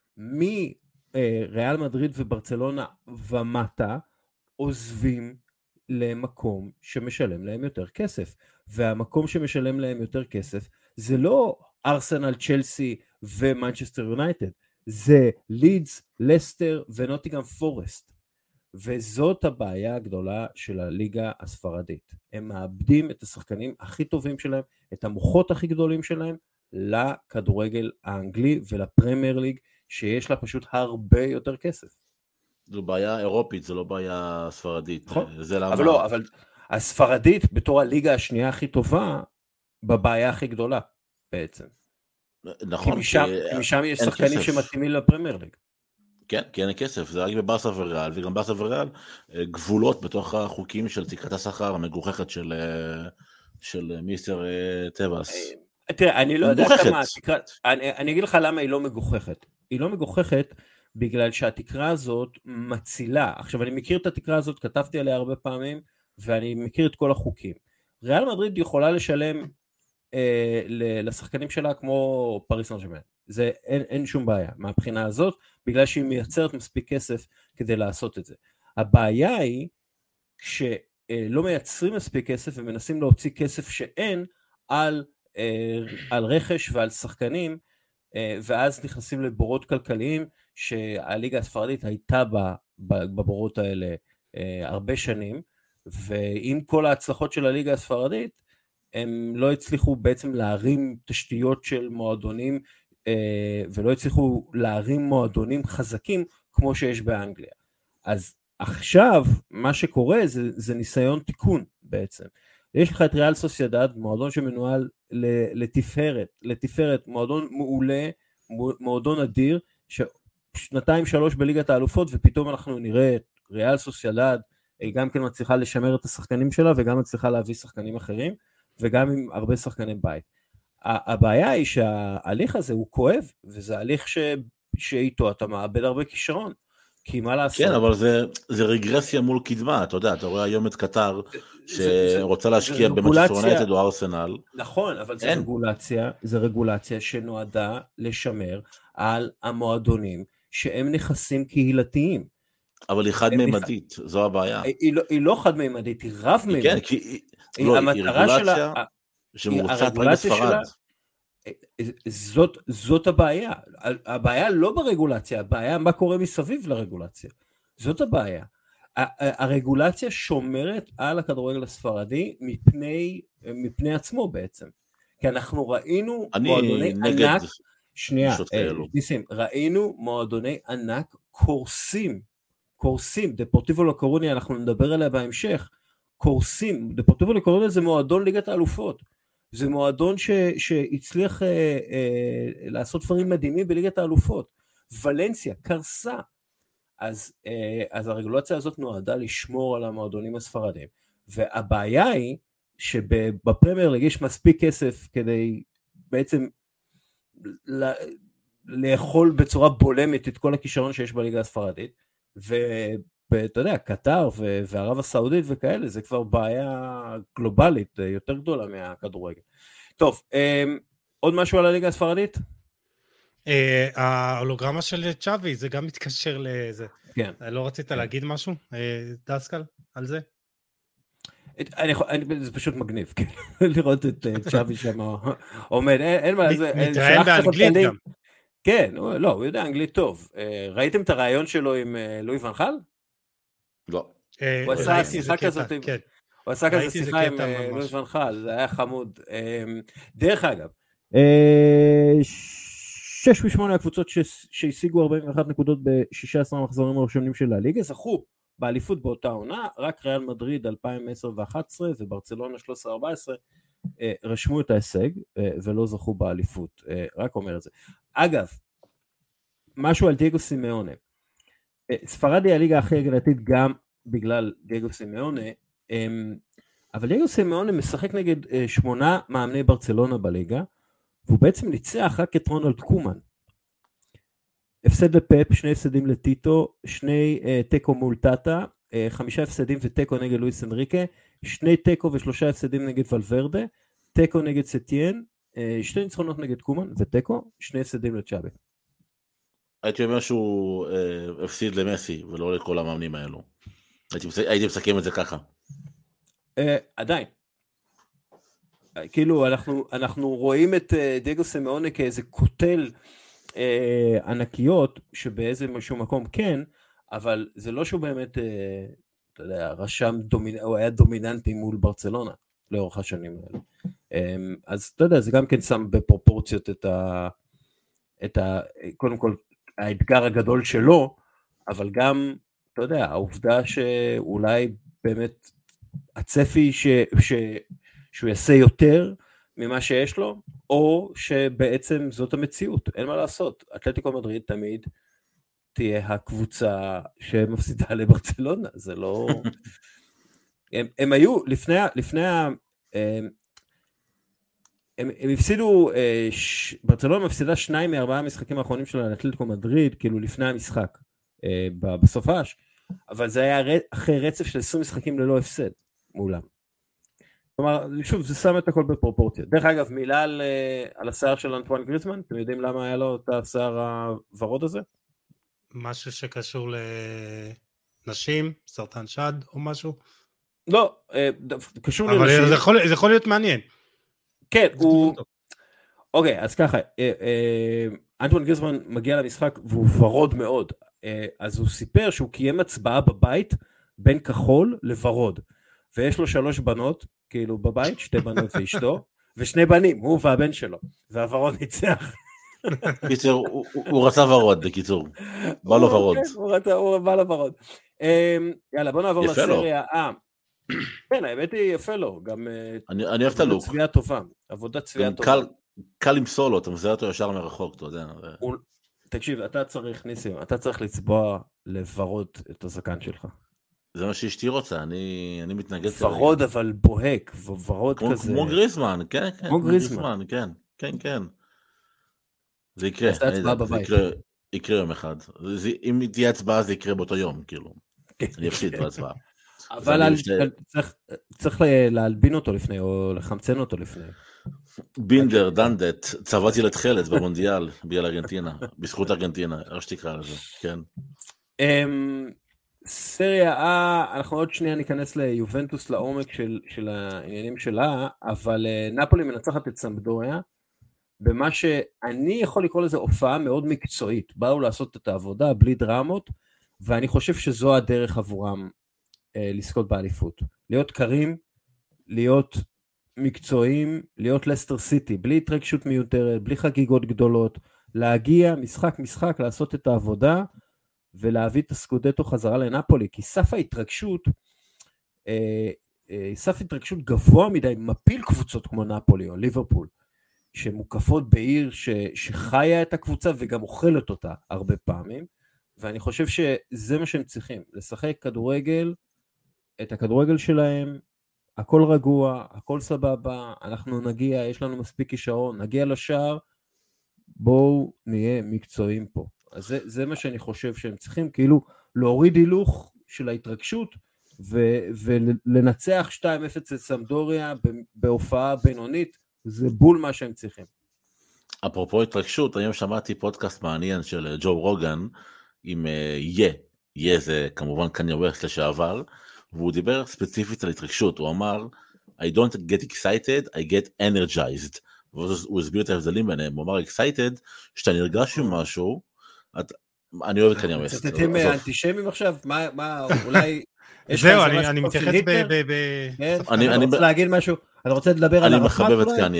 מריאל מדריד וברצלונה ומטה, עוזבים למקום שמשלם להם יותר כסף, והמקום שמשלם להם יותר כסף, זה לא ארסנל, צ'לסי ומנצ'סטר יונייטד, זה לידס, לסטר ונוטיגהאם פורסט, וזאת הבעיה הגדולה של הליגה הספרדית. הם מאבדים את השחקנים הכי טובים שלהם, את המוחות הכי גדולים שלהם, לכדורגל האנגלי ולפרמייר ליג, שיש לה פשוט הרבה יותר כסף.
זו בעיה אירופית, זו לא בעיה ספרדית.
נכון,
זה למה...
אבל לא, אבל הספרדית בתור הליגה השנייה הכי טובה, בבעיה הכי גדולה בעצם.
נכון.
כי משם, כי משם יש שחקנים שמתאימים לפרמייר ליג.
כן, כי אין כסף, זה רק בברסה וריאל, וגם ברסה וריאל גבולות בתוך החוקים של תקרת השכר המגוחכת של, של מיסטר טבעס.
תראה, אני לא יודע כמה התקרת, אני, אני אגיד לך למה היא לא מגוחכת. היא לא מגוחכת בגלל שהתקרה הזאת מצילה. עכשיו, אני מכיר את התקרה הזאת, כתבתי עליה הרבה פעמים, ואני מכיר את כל החוקים. ריאל מדריד יכולה לשלם אה, לשחקנים שלה כמו פריס סן ז'רמן. זה אין, אין שום בעיה מהבחינה הזאת, בגלל שהיא מייצרת מספיק כסף כדי לעשות את זה. הבעיה היא שלא מייצרים מספיק כסף ומנסים להוציא כסף שאין על, על רכש ועל שחקנים, ואז נכנסים לבורות כלכליים שהליגה הספרדית הייתה בבורות האלה הרבה שנים, ועם כל ההצלחות של הליגה הספרדית, הם לא הצליחו בעצם להרים תשתיות של מועדונים, ולא הצליחו להרים מועדונים חזקים כמו שיש באנגליה. אז עכשיו מה שקורה זה, זה ניסיון תיקון בעצם. יש לך את ריאל סוסיידד, מועדון שמנוהל לתפארת, לתפארת, מועדון מעולה, מועדון אדיר, ששנתיים שלוש בליגת האלופות, ופתאום אנחנו נראה את ריאל סוסיידד, היא גם כן מצליחה לשמר את השחקנים שלה, וגם מצליחה להביא שחקנים אחרים, וגם עם הרבה שחקני בית. הבעיה היא שההליך הזה הוא כואב, וזה הליך ש... שאיתו אתה מאבד הרבה כישרון, כי מה לעשות?
כן, אבל זה, זה רגרסיה מול קדמה, אתה יודע, אתה רואה היום את קטר, שרוצה להשקיע במנצ'סטר יונייטד או ארסנל.
נכון, אבל זה רגולציה, זה רגולציה שנועדה לשמר על המועדונים, שהם נכסים קהילתיים.
אבל היא חד-מימדית, זו הבעיה.
היא לא, היא לא חד-מימדית, היא רב-מימדית.
כן, כי היא, לא, היא רגולציה... שמורצת רק בספרד.
זאת, זאת הבעיה. הבעיה לא ברגולציה, הבעיה מה קורה מסביב לרגולציה. זאת הבעיה. הרגולציה שומרת על הכדורגל הספרדי מפני, מפני עצמו בעצם. כי אנחנו ראינו מועדוני ענק, שנייה, ניסים, ראינו מועדוני ענק קורסים, קורסים, דפורטיבו לה קורוניה, אנחנו נדבר עליה בהמשך, קורסים, דפורטיבו לה קורוניה זה מועדון ליגת האלופות, זה מועדון ש, שהצליח אה, אה, לעשות דברים מדהימים בליגת האלופות, ולנסיה, קרסה, אז, אה, אז הרגולציה הזאת נועדה לשמור על המועדונים הספרדים, והבעיה היא שבפרמייר ליג יש מספיק כסף כדי בעצם לה, לאכול בצורה בולמת את כל הכישרון שיש בליגה הספרדית, ואתה יודע, קטר וערב הסעודית וכאלה, זה כבר בעיה גלובלית יותר גדולה מהכדורגל. טוב, עוד משהו על הליגה הספרדית?
ההולוגרמה של צ'אבי, זה גם מתקשר לזה.
כן.
לא רצית להגיד משהו, דסקל, על זה?
אני, אני, זה פשוט מגניב, לראות את צ'אבי שם עומד, אין מה, זה...
מתראיין באנגלית גם.
כן, לא, הוא יודע אנגלית טוב. ראיתם את הרעיון שלו עם לואי ון חל?
לא.
הוא עשה שיחה כזאת, הוא עשה כזה שיחה עם לואי ון חל, זה היה חמוד. דרך אגב, שש ושמונה הקבוצות שהשיגו ארבעים ואחת נקודות ב-שישה עשר המחזורים הראשונים של הליגה, זכו באליפות באותה עונה, רק ריאל מדריד אלפיים עשר ואחת עשרה וברצלונה שלוש עשרה ארבע עשרה רשמו את ההישג ולא זכו באליפות, רק אומר את זה. אגב, משהו על דייגו סימאונה, ספרד היא הליגה הכי הגנתית גם בגלל דייגו סימאונה, אבל דייגו סימאונה משחק נגד שמונה מאמני ברצלונה בליגה, והוא בעצם ניצח רק את רונלד קומן. הפסד לפפ, שני הפסדים לטיטו, שני טקו מול טאטה, חמישה הפסדים וטקו נגד לואיס אנריקה, שני טקו ושלושה הפסדים נגד ולוורדה, טקו נגד סטיין, שני ניצחונות נגד קומן וטקו, שני הפסדים לצ'אבי.
הייתי אומר שהוא אה, הפסיד למסי ולא לכל המאמנים האלו. הייתי, הייתי מסכם את זה ככה.
אה, עדיין. כאילו אנחנו, אנחנו רואים את אה, דייגו סימאונה כאיזה קוטל אה, ענקיות, שבאיזה משהו מקום כן, אבל זה לא שהוא באמת, אה, אתה יודע, רשם דומינ... הוא היה דומיננטי מול ברצלונה, לאורך השנים האלה. אה, אז אתה יודע, זה גם כן שם בפרופורציות את ה... את ה... קודם כל, האתגר הגדול שלו, אבל גם, אתה יודע, העובדה שאולי באמת הצפי ש, ש, שהוא יעשה יותר ממה שיש לו, או שבעצם זאת המציאות, אין מה לעשות. אתלטיקו מדריד תמיד תהיה הקבוצה שמפסידה לברצלונה, זה לא... הם, הם היו, לפני, לפני ה... הם, הם הפסידו, ש... ברצלונה מפסידה שניים מארבעה המשחקים האחרונים של אתלטיקו מדריד, כאילו לפני המשחק, בסופש, אבל זה היה אחרי רצף של עשרים משחקים ללא הפסד מולם. כלומר, שוב, זה שם את הכל בפרופורציות. דרך אגב, מילה על, על השיער של אנטואן גריזמן, אתם יודעים למה היה לו את השיער הוורוד הזה?
משהו שקשור לנשים, סרטן שד או משהו?
לא, קשור
לנשים. אבל זה יכול, זה יכול להיות מעניין.
כן, הוא... אוקיי, אז ככה, אנטואן גריזמן מגיע למשחק והוא ורוד מאוד, אז הוא סיפר שהוא קיים הצבעה בבית בין כחול לוורוד, ויש לו שלוש בנות, כאילו בבית, שתי בנות ואשתו, ושני בנים, הוא והבן שלו, והוורוד ניצח.
קיצור, הוא רצה ורוד, בקיצור. בא לו ורוד.
הוא בא לו ורוד. יאללה, בוא נעבור לסריה. כן, האמת היא יפה לו, גם
אני אוהב את הלוק.
צביעה טובה, עבודת צביעה טובה.
קל למסור לו, אתה מזהה אותו ישר מרחוק, אתה יודע.
תקשיב, אתה צריך, ניסים, אתה צריך לצבוע לוורוד את הזקן שלך.
זה מה שאשתי רוצה, אני מתנגד.
ורוד אבל בוהק, ורוד כזה.
כמו גריזמן, כן, כן.
כמו גריזמן.
כן, כן, כן. זה יקרה, יקרה יום אחד. אם תהיה הצבעה, זה יקרה באותו יום, כאילו. אני אפסיד בהצבעה.
אבל צריך להלבין אותו לפני, או לחמצן אותו לפני.
בינדר, דנדט, צבעתי לתחלת במונדיאל, בגלל ארגנטינה, בזכות ארגנטינה, איך שתקרא לזה, כן.
סריה A, אנחנו עוד שנייה ניכנס ליובנטוס לעומק של העניינים שלה, אבל נפולי מנצחת את סמפדוריה, במה שאני יכול לקרוא לזה הופעה מאוד מקצועית, באו לעשות את העבודה בלי דרמות, ואני חושב שזו הדרך עבורם לזכות באליפות, להיות קרים, להיות מקצועיים, להיות לסטר סיטי, בלי התרגשות מיותרת, בלי חגיגות גדולות, להגיע משחק משחק, לעשות את העבודה, ולהביא את הסקודטו חזרה לנפולי, כי סף ההתרגשות, אה, אה, סף התרגשות גבוה מדי, מפיל קבוצות כמו נפולי או ליברפול, שמוקפות בעיר ש, שחיה את הקבוצה וגם אוכלת אותה הרבה פעמים, ואני חושב שזה מה שהם צריכים, לשחק כדורגל, את הכדורגל שלהם, הכל רגוע, הכל סבבה, אנחנו נגיע, יש לנו מספיק כישרון, נגיע לשער, בואו נהיה מקצועיים פה. אז זה, זה מה שאני חושב שהם צריכים, כאילו להוריד הילוך של ההתרגשות, ו, ולנצח שתיים אפס לסמפדוריה בהופעה בינונית, זה בול מה שהם צריכים.
אפרופו התרגשות, היום שמעתי פודקאסט מעניין של ג'ו רוגן, עם יה, יה זה כמובן קניה ווסט לשעבר, והוא דיבר ספציפית על התרגשות, הוא אמר, I don't get excited, I get energized, והוא הסביר את ההבדלים ביניהם, הוא אמר excited, שאתה נרגש עם משהו, אני אוהב את קניה ווסט.
אתם אנטישמים עכשיו? מה, אולי...
זהו, אני מתייחס ב...
אני רוצה להגיד משהו, אני רוצה לדבר על...
אני מחבב את קניה.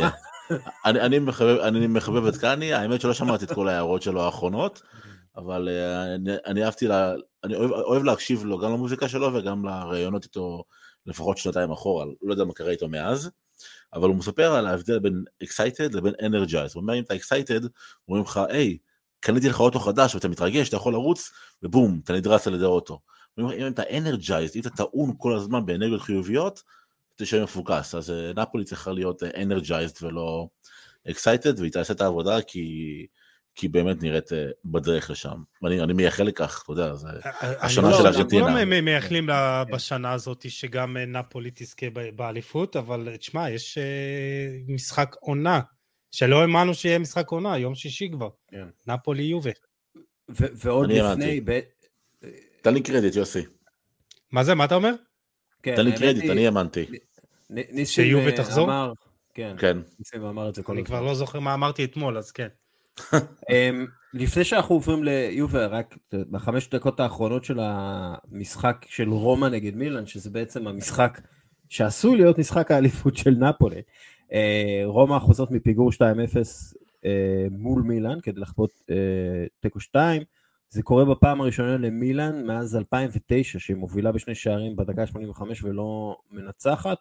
אני, אני, מחבב, אני מחבב את קני, האמת שלא שמעתי את כל ההערות שלו האחרונות, אבל אני, אני אהבתי, לה, אני אוהב, אוהב להקשיב לו גם למוזיקה שלו וגם לראיונות איתו לפחות שנתיים אחורה, לא יודע מה קרה איתו מאז, אבל הוא מספר על ההבדל בין excited לבין energized, הוא אומר אם אתה excited, אומרים לך, היי, קניתי לך אוטו חדש ואתה מתרגש, אתה יכול לרוץ, ובום, אתה נדרס על ידי אוטו. אם אתה energized, אם אתה טעון כל הזמן באנרגיות חיוביות, תשאר מפוקס, אז נפולי צריכה להיות energized ולא excited, והיא תעשה את העבודה כי, כי באמת נראית בדרך לשם. ואני אני מייחל לכך, אתה יודע, זה השנה של ארגנטינה.
אנחנו לא מייחלים בשנה הזאת שגם נפולי תזכה באליפות, אבל תשמע, יש משחק עונה, שלא האמנו שיהיה משחק עונה, יום שישי כבר. נפולי יובה.
ועוד לפני...
תן לי קרדיט, יוסי.
מה זה, מה אתה אומר?
תן לי קרדיט, אני האמנתי.
שיובה תחזור?
כן, ניסים אמר את זה כל הזמן.
אני כבר לא זוכר מה אמרתי אתמול, אז כן.
לפני שאנחנו עוברים ליובה, רק בחמש דקות האחרונות של המשחק של רומא נגד מילאן, שזה בעצם המשחק שעשוי להיות משחק האליפות של נפולי. רומא חוזרת מפיגור שתיים אפס מול מילאן, כדי לחוות תיקו שתיים, זה קורה בפעם הראשונה למילאן מאז אלפיים ותשע, שהיא מובילה בשני שערים בדקה שמונים וחמש ולא מנצחת.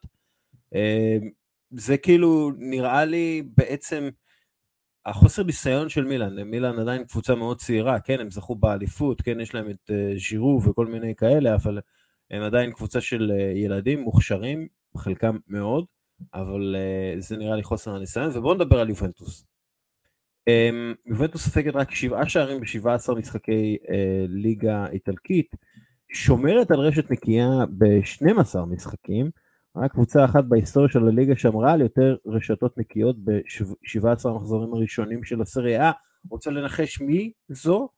זה כאילו נראה לי בעצם החוסר ניסיון של מילאן, מילאן עדיין קבוצה מאוד צעירה, כן, הם זכו באליפות, כן, יש להם את ז'ירו וכל מיני כאלה, אבל הם עדיין קבוצה של ילדים מוכשרים, חלקם מאוד, אבל זה נראה לי חוסר הניסיון, ובואו נדבר על יובנטוס. יובנטוס ספגת רק שבעה שערים ב-שבעה עשר משחקי ליגה איטלקית, שומרת על רשת נקייה ב-שנים עשר משחקים, רק קבוצה אחת בהיסטוריה של הליגה שמרה על יותר רשתות נקיות ב-שבעה עשר המחזורים הראשונים של הסריה. רוצה לנחש מי זו?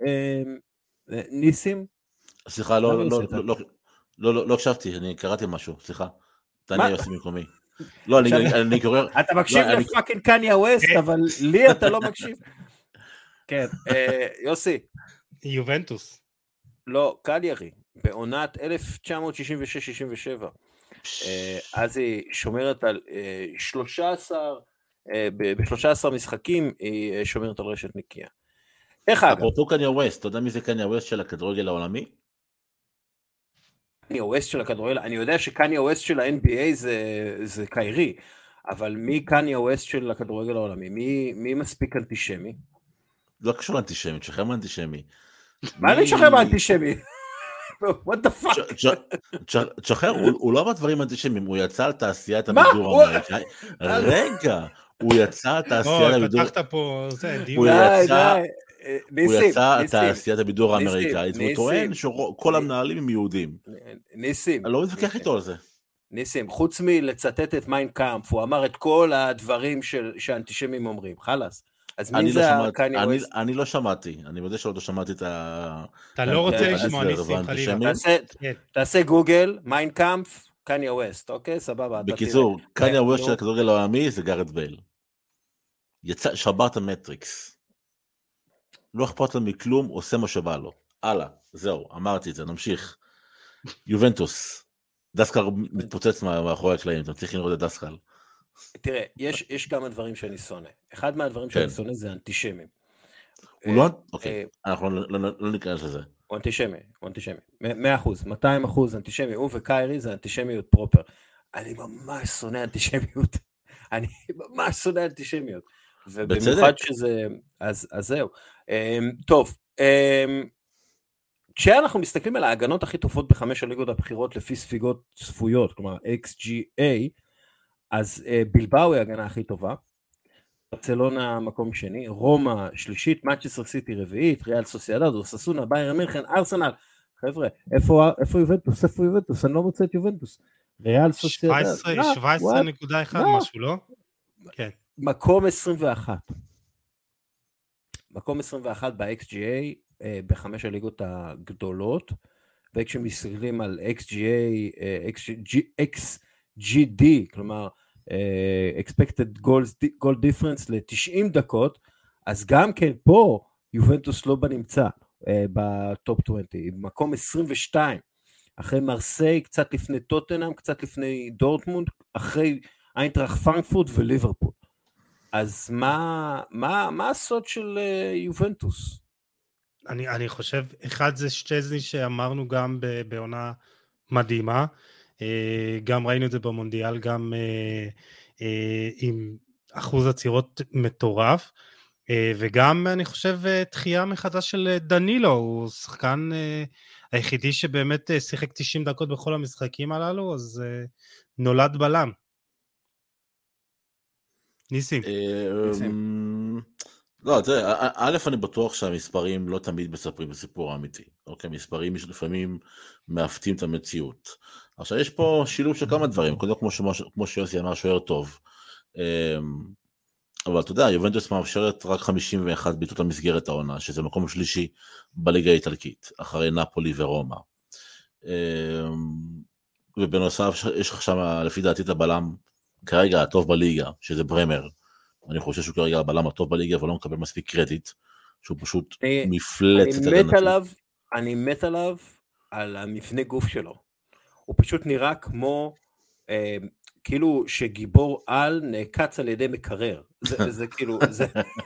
ניסים?
סליחה, לא, לא, לא, לא, לא הקשבתי, אני קראתי משהו, סליחה. תעני יוסי מקומי. לא, אני קורא...
אתה מקשיב לפאקינג קניה ווסט, אבל לי אתה לא מקשיב. כן, יוסי.
יובנטוס.
לא, קליארי, בעונת אלף תשע מאות שישים ושש שישים ושבע. אז היא שומרת על שלושה עשר, ב-שלושה עשר משחקים היא שומרת על רשת נקייה. איך אגב?
אפרופו קניה ווסט, אתה יודע מי זה קניה ווסט של הכדורגל העולמי?
קניה ווסט של הכדורגל, אני יודע שקניה ווסט של ה-אן בי איי זה, זה קיירי, אבל מי קניה ווסט של הכדורגל העולמי? מי, מי מספיק אנטישמי?
לא קשור לאנטישמי, תשחרר מאנטישמי.
מה אני תשחרר מאנטישמי? what the fuck?
תשחרר, הוא לא אמר דברים אנטישמיים, הוא יצא על תעשיית הבידור האמריקאי. רגע, הוא יצא על תעשיית הבידור...
פתחת פה, זה דיון.
הוא יצא על תעשיית הבידור האמריקאית, והוא טוען שכל המנהלים הם יהודים.
ניסים.
אני לא מתווכח איתו על זה.
ניסים, חוץ מלצטט את מיין קאמפ, הוא אמר את כל הדברים שהאנטישמים אומרים, חלאס. אז מי זה הקניה ווסט?
אני לא שמעתי, אני יודע שלא שמעתי את ה...
אתה לא רוצה לשמוע ניסים חלילה.
תעשה גוגל, מיין קאמפ, קניה ווסט, אוקיי? סבבה.
בקיצור, קניה ווסט של הכדורגל העולמי זה גארד בייל. יצא, שבת המטריקס. לא אכפת לו מכלום, עושה מה שבא לו. הלאה, זהו, אמרתי את זה, נמשיך. יובנטוס, דסקל מתפוצץ מאחורי הקלעים, אתם צריכים לראות את דסקל.
תראה, יש, יש כמה דברים שאני שונא. אחד מהדברים שאני שונא זה אנטישמים.
הוא לא... אוקיי, אנחנו לא ניכנס לזה.
הוא אנטישמי, הוא אנטישמי. מאה אחוז, מאתיים אחוז אנטישמי. הוא וקיירי זה אנטישמיות פרופר. אני ממש שונא אנטישמיות. אני ממש שונא אנטישמיות. ובמיוחד שזה... אז זהו. טוב, כשאנחנו מסתכלים על ההגנות הכי טובות בחמש הליגות הבחירות לפי ספיגות צפויות, כלומר אקס ג'י איי, אז בלבאו היא ההגנה הכי טובה, ברצלונה מקום שני, רומא שלישית, מנצ'סטר סיטי רביעית, ריאל סוסיידד, אוססונה, ביירן מינכן, ארסנל, חבר'ה, איפה יובנטוס? איפה יובנטוס? אני לא מוצא את יובנטוס. ריאל סוסיידד.
שבע עשרה נקודה אחת משהו, לא? כן.
מקום עשרים ואחת. מקום עשרים ואחת ב-אקס ג'י איי בחמש הליגות הגדולות, וכשמסתכלים על אקס ג'י איי, אקס ג'י די, כלומר, expected goal difference ל-תשעים דקות, אז גם כן פה יובנטוס לא בנמצא בטופ עשרים, מקום עשרים ושתיים, אחרי מרסיי, קצת לפני טוטנהאם, קצת לפני דורטמונד, אחרי איינטראכט פרנקפורט וליברפול. אז מה, מה, מה הסוד של יובנטוס?
אני, אני חושב, אחד זה שצ'זני שאמרנו גם בעונה מדהימה, גם ראינו את זה במונדיאל, גם עם אחוז עצירות מטורף, וגם אני חושב תחייה מחדש של דנילו, הוא שחקן היחידי שבאמת שיחק תשעים דקות בכל המשחקים הללו, אז נולד בלם. ניסים.
לא, תראה, א', אני בטוח שהמספרים לא תמיד מספרים בסיפור האמיתי. אוקיי, מספרים לפעמים מאפתים את המציאות. עכשיו, יש פה שילוב של כמה דברים, קודם כמו שיוסי אמר, שוער טוב. אבל אתה יודע, יובנטוס מאפשרת רק חמישים ואחת בעיטות למסגרת העונה, שזה מקום שלישי בליגה האיטלקית, אחרי נפולי ורומא. ובנוסף, יש לך שם, לפי דעתי, את הבלם, כרגע הטוב בליגה, שזה ברמר. אני חושב שהוא כרגע הבלם הטוב בליגה, אבל לא מקבל מספיק קרדיט, שהוא פשוט מפלצת הגנתית.
אני מת עליו על המבנה גוף שלו. הוא פשוט נראה כמו, אה, כאילו שגיבור על נעקץ על ידי מקרר. זה, זה כאילו, זה...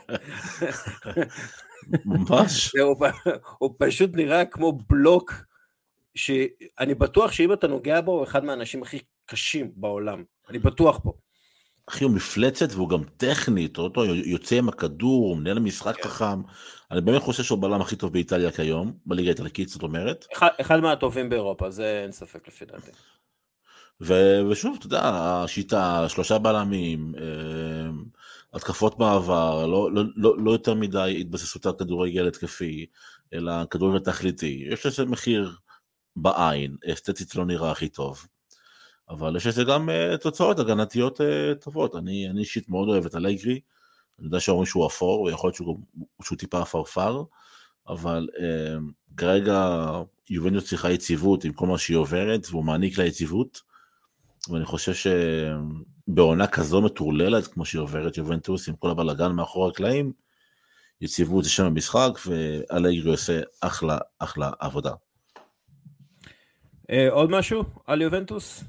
ממש.
זה, הוא, הוא פשוט נראה כמו בלוק, שאני בטוח שאם אתה נוגע בו, הוא אחד מהאנשים הכי קשים בעולם. אני בטוח פה.
אחי, הוא מפלצת והוא גם טכנית, אותו יוצא עם הכדור, הוא מנהל משחק חכם. אני באמת חושב שהוא בלם הכי טוב באיטליה כיום, בליגה האיטלקית, זאת אומרת.
אחד, אחד מהטובים באירופה, זה אין ספק לפי דעתי.
ושוב, אתה יודע, השיטה, שלושה בלמים, התקפות מעבר, לא, לא, לא, לא יותר מדי התבססות על כדורגל התקפי, אלא כדורגל תכליתי. יש לזה מחיר בעין, אסתטית לא נראה הכי טוב. אבל יש לזה גם uh, תוצאות הגנתיות uh, טובות. אני, אני אישית מאוד אוהב את אלגרי, אני יודע שאומרים שהוא אפור, ויכול להיות שהוא, שהוא טיפה אפרפר, אבל uh, כרגע יובנטוס צריכה יציבות עם כל מה שהיא עוברת, והוא מעניק לה יציבות, ואני חושב שבעונה כזו מטורללת, כמו שהיא עוברת יובנטוס, עם כל הבלגן מאחורי הקלעים, יציבות זה שם המשחק, ואלגרי עושה אחלה, אחלה עבודה.
Uh, עוד משהו על יובנטוס?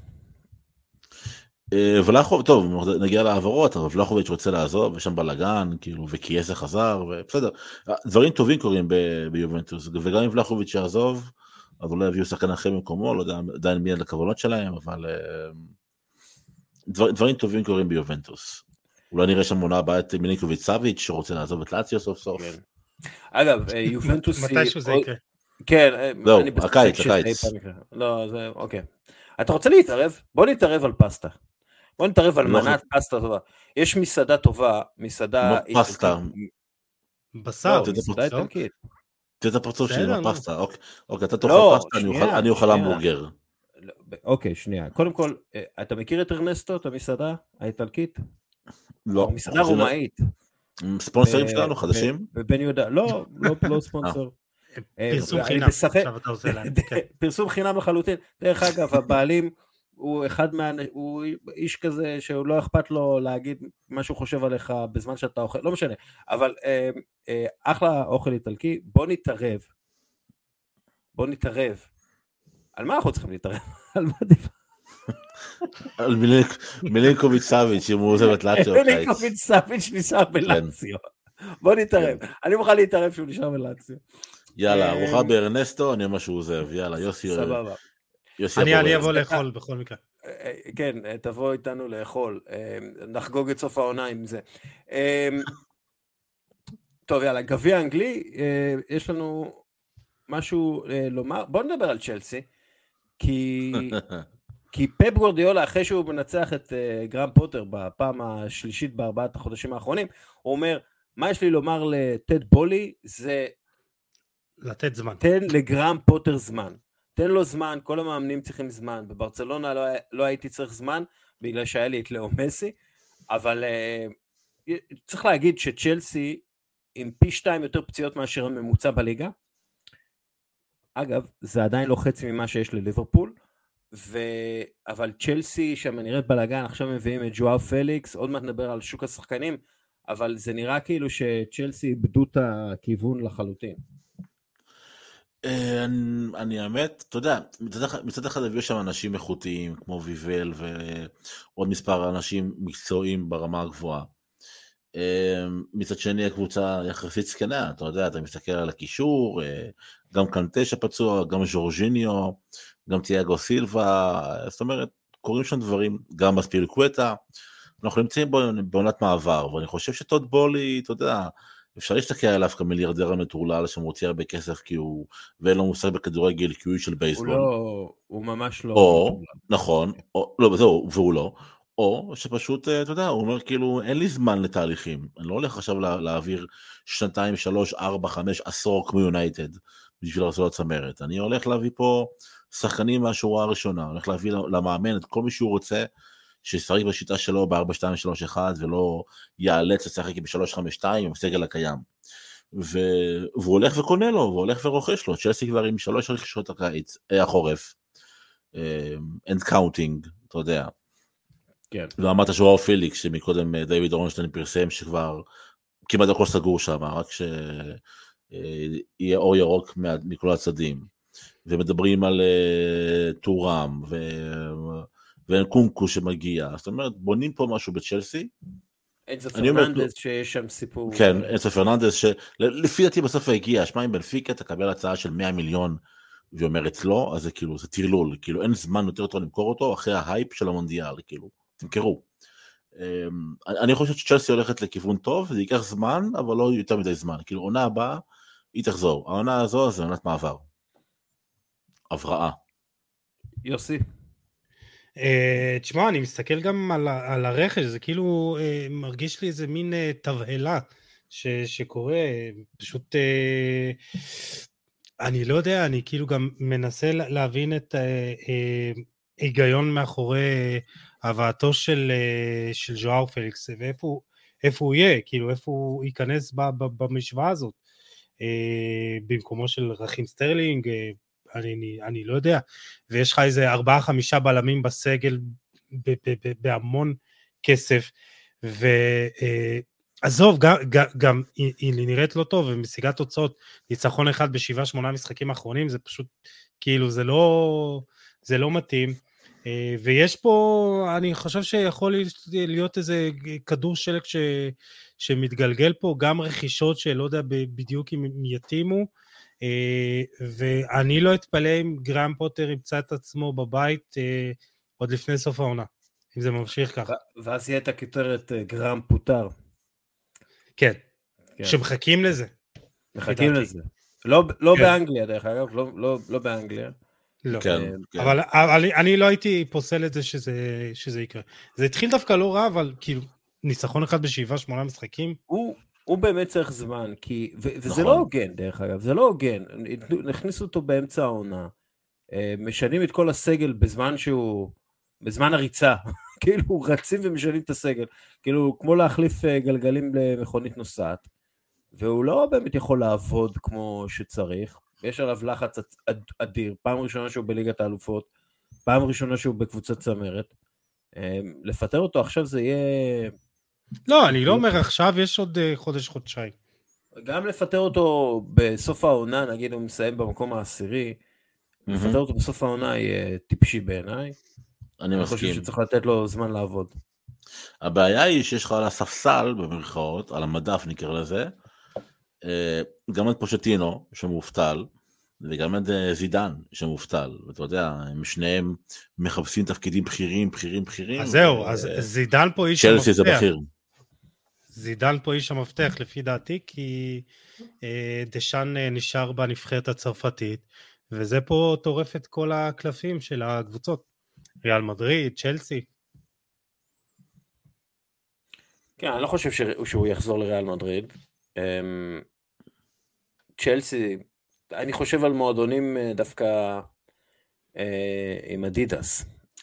ולחוב, טוב, נגיע לעברות, אבל ולחוביץ' רוצה לעזוב, ושם בלגן, כאילו, וקייסה חזר, ובסדר, דברים טובים קורים ביובנטוס, וגם אם ולחוביץ' יעזוב, אז אולי יביאו שחקן אחר במקומו, לא יודע עדיין מי על הכוונות שלהם, אבל דבר, דברים טובים קורים ביובנטוס. אולי נראה שם עונה הבאה את מילינקוביץ' סאביץ', שרוצה לעזוב את לאציו סוף סוף.
אגב, יובנטוס...
מתישהו זה יקרה.
כן,
לא, הקיץ, הקיץ.
לא, זה, אוקיי. אתה רוצה להתערב? בוא נתערב על פסטה. בוא נתערב על מנת פסטה טובה. יש מסעדה טובה, מסעדה...
פסטה.
בשר.
מסעדה איטלקית.
תראה את הפרצוף שלי עם הפסטה. אוקיי, אתה תאכל פסטה, אני אוכל המבורגר.
אוקיי, שנייה. קודם כל, אתה מכיר את ארנסטו, את המסעדה האיטלקית?
לא.
מסעדה רומאית.
ספונסרים שלנו חדשים?
בבן יהודה. לא, לא ספונסר.
פרסום חינם, עכשיו אתה עושה להם.
פרסום חינם לחלוטין. דרך אגב, הבעלים הוא אחד מה... הוא איש כזה שהוא לא אכפת לו להגיד מה שהוא חושב עליך בזמן שאתה אוכל, לא משנה. אבל אחלה אוכל איטלקי, בוא נתערב. בוא נתערב. על מה אנחנו צריכים להתערב? על מה דיבר?
על מילינקוביץ' סאביץ', אם הוא עוזב את לאציו.
מילינקוביץ' סאביץ' נשאר בלאציו. בוא נתערב. אני מוכן להתערב שהוא נשאר בלאציו.
יאללה, ארוחה בארנסטו, אני אומר שהוא עוזב. יאללה, יוסי.
סבבה.
אני אבוא לאכול בכל מקרה.
כן, תבוא איתנו לאכול. נחגוג את סוף העונה עם זה. טוב, יאללה, גביע אנגלי, יש לנו משהו לומר. בוא נדבר על צ'לסי, כי... כי פפ גוארדיולה, אחרי שהוא מנצח את גרם פוטר בפעם השלישית בארבעת החודשים האחרונים, הוא אומר, מה יש לי לומר לטד בולי, זה...
לתת זמן.
תן לגרם פוטר זמן. תן לו זמן, כל המאמנים צריכים זמן. בברצלונה לא, לא הייתי צריך זמן, בגלל שהיה לי את לאו מסי, אבל uh, צריך להגיד שצ'לסי, עם פי שתיים יותר פציעות מאשר הממוצע בליגה, אגב, זה עדיין לא חצי ממה שיש לליברפול, ו... אבל צ'לסי שם נראית בלגן, עכשיו מביאים את ג'ואר פליקס, עוד מעט נדבר על שוק השחקנים, אבל זה נראה כאילו שצ'לסי איבדו את הכיוון לחלוטין.
אני האמת, אתה יודע, מצד אחד הביאו שם אנשים איכותיים, כמו ויבל ועוד מספר אנשים מקצועיים ברמה הגבוהה. מצד שני הקבוצה יחסית סקנה, אתה יודע, אתה מסתכל על הקישור, גם קנטה שפצוע, גם ז'ורג'יניו, גם תיאגו סילבה, זאת אומרת, קוראים שם דברים, גם אספיליקווטה, אנחנו נמצאים בעונת מעבר, ואני חושב שטוד בולי, אתה יודע, אפשר להסתכל עליו כמיליארדר המטורלל שמוציא הרבה כסף כי הוא, ואין לו מושג בכדורגל כי הוא איש של בייסבול.
הוא לא, הוא ממש לא.
או, נכון, או, לא, זהו, והוא לא. או שפשוט, אתה יודע, הוא אומר כאילו, אין לי זמן לתהליכים, אני לא הולך עכשיו לה, להעביר שנתיים, שלוש, ארבע, חמש, עשור כמו יונייטד, בשביל לעשות צמרת. אני הולך להביא פה שחקנים מהשורה הראשונה, הולך להביא למאמן את כל מי שהוא רוצה, שישחק בשיטה שלו ב-ארבע שתיים שלוש אחת, ולא יאלץ לשחק ב-שלוש חמש שתיים, עם הסגל הקיים. ו... והוא הולך וקונה לו, והוא הולך ורוכש לו, צ'לסי כבר עם שלוש רכישות הקיץ, החורף, end counting, אתה יודע.
כן.
ואמרת ז'ואאו פיליקס, שמקודם דיוויד אורנשטיין פרסם שכבר כמעט הכל סגור שם, רק שיהיה אור ירוק מכל הצדדים. ומדברים על טורם, ו... ונקונקו שמגיע, זאת אומרת, בונים פה משהו בצ'לסי.
אנצו פרננדס שיש שם סיפור.
כן, אנצו פרננדס, שלפי דעתי בסוף הגיע, שמע אם בנפיקה תקבל הצעה של מאה מיליון, והיא אומרת לא, אז זה כאילו, זה תרלול, כאילו אין זמן יותר טוב למכור אותו, אחרי ההייפ של המונדיאל, כאילו, תמכרו. אני חושב שצ'לסי הולכת לכיוון טוב, זה ייקח זמן, אבל לא יותר מדי זמן, כאילו עונה הבאה, היא תחזור, העונה הזו זה עונת מעבר. הבראה.
יוסי.
Uh, תשמע, אני מסתכל גם על, על הרכש, זה כאילו uh, מרגיש לי איזה מין uh, תבהלה ש, שקורה, פשוט uh, אני לא יודע, אני כאילו גם מנסה להבין את ההיגיון uh, uh, מאחורי uh, הבאתו של, uh, של ז'ואאו פליקס, ואיפה איפה הוא יהיה, כאילו איפה הוא ייכנס ב, ב, במשוואה הזאת, uh, במקומו של רכים סטרלינג, uh, אני, אני, אני לא יודע, ויש לך איזה ארבעה חמישה בלמים בסגל ב, ב, ב, בהמון כסף, ועזוב, גם, גם היא, היא נראית לא טוב, ומשיגה תוצאות, ניצחון אחד בשבעה שמונה משחקים האחרונים, זה פשוט, כאילו, זה לא, זה לא מתאים, ויש פה, אני חושב שיכול להיות איזה כדור שלג ש, שמתגלגל פה, גם רכישות שלא יודע בדיוק אם יתאימו, ואני לא אתפלא אם גרם פוטר ימצא את עצמו בבית עוד לפני סוף העונה, אם זה ממשיך ככה.
ואז יהיה את הכותרת גרם פוטר.
כן, שמחכים לזה.
מחכים לזה. לא באנגליה דרך אגב, לא באנגליה.
לא, אבל אני לא הייתי פוסל את זה שזה יקרה. זה התחיל דווקא לא רע, אבל כאילו ניצחון אחד בשבעה שמונה משחקים.
הוא הוא באמת צריך זמן, כי, ו, וזה נכון. לא הוגן דרך אגב, זה לא הוגן, נכניסו אותו באמצע העונה, משנים את כל הסגל בזמן שהוא, בזמן הריצה, כאילו רצים ומשנים את הסגל, כאילו כמו להחליף גלגלים למכונית נוסעת, והוא לא באמת יכול לעבוד כמו שצריך, יש עליו לחץ אדיר, פעם ראשונה שהוא בליגת האלופות, פעם ראשונה שהוא בקבוצת צמרת, לפטר אותו עכשיו זה יהיה...
לא, אני לא אומר עכשיו, יש עוד חודש, חודשיים.
גם לפטר אותו בסוף העונה, נגיד הוא מסיים במקום העשירי, לפטר אותו בסוף העונה יהיה טיפשי בעיניי.
אני מסכים.
אני חושב שצריך לתת לו זמן לעבוד.
הבעיה היא שיש לך על הספסל, במרכאות, על המדף נקרא לזה, גם את פושטינו שמופתל, וגם את זידן שמופתל, ואתה יודע, הם שניהם מחפשים תפקידים בכירים, בכירים, בכירים.
אז זהו, אז זידן פה איש המפתח.
צ'לסי זה בכיר.
זידן פה איש המפתח לפי דעתי, כי דשן נשאר בנבחרת הצרפתית, וזה פה טורף את כל הקלפים של הקבוצות. ריאל מדריד, צ'לסי.
כן, אני לא חושב שהוא יחזור לריאל מדריד. צ'לסי, אני חושב על מועדונים דווקא עם אדידס.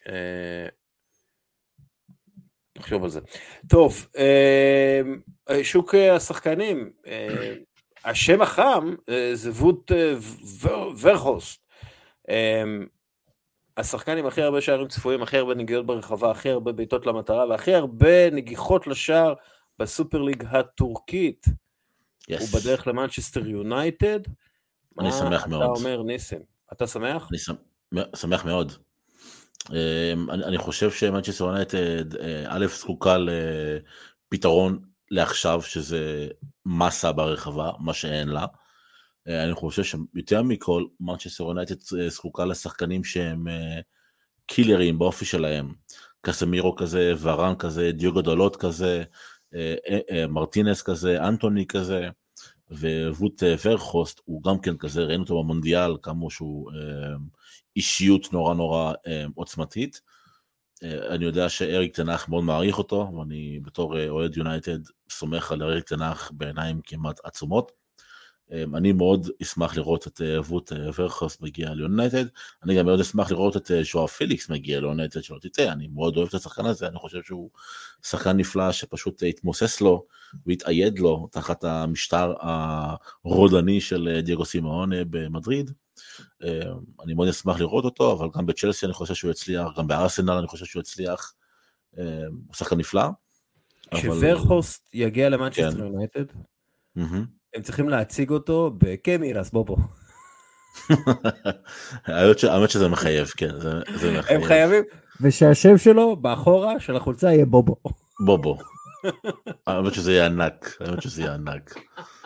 נחשוב על זה. טוב, שוק השחקנים, השם החם זה ווד ורכהורסט. השחקן עם הכי הרבה שערים צפויים, הכי הרבה נגיעות ברחבה, הכי הרבה בעיטות למטרה, והכי הרבה נגיחות לשער בסופר ליג הטורקית. Yes. הוא בדרך למנצ'סטר יונייטד.
אני שמח מאוד.
מה אתה אומר ניסים? אתה שמח?
אני שמח מאוד. אני חושב שמנצ'סטר יונייטד א' זקוקה לפתרון לעכשיו שזה מסה ברחבה, מה שאין לה. אני חושב שיותר מכל, מנצ'סטר יונייטד זקוקה לשחקנים שהם קילרים באופי שלהם. קסמירו כזה, ורן כזה, דיוגו דולות כזה, מרטינס כזה, אנטוני כזה, ווט ורחוסט הוא גם כן כזה, ראינו אותו במונדיאל, כמו שהוא אישיות נורא נורא עוצמתית. אני יודע שאריק תנח מאוד מעריך אותו, ואני בתור אוהד יונייטד סומך על אריק תנח בעיניים כמעט עצומות. אני מאוד אשמח לראות את ווט ורחוסט מגיע ליונייטד, אני גם מאוד אשמח לראות את ז'ואאו פליקס מגיע ליונייטד, שלא תצא, אני מאוד אוהב את השחקן הזה, אני חושב שהוא שחקן נפלא שפשוט התמוסס לו והתאייד לו תחת המשטר הרודני של דיאגו סימאונה במדריד. אני מאוד אשמח לראות אותו, אבל גם בצ'לסי אני חושב שהוא יצליח, גם בארסנל אני חושב שהוא יצליח, הוא שחקן נפלא.
כשוורחוסט יגיע למנצ'סטר יונייטד, הם צריכים להציג אותו בקמירס בובו.
האמת שזה מחייב, כן, זה מחייב.
הם חייבים, ושהשם שלו באחורה של החולצה יהיה בובו.
בובו. האמת שזה יהיה ענק, האמת שזה יהיה ענק.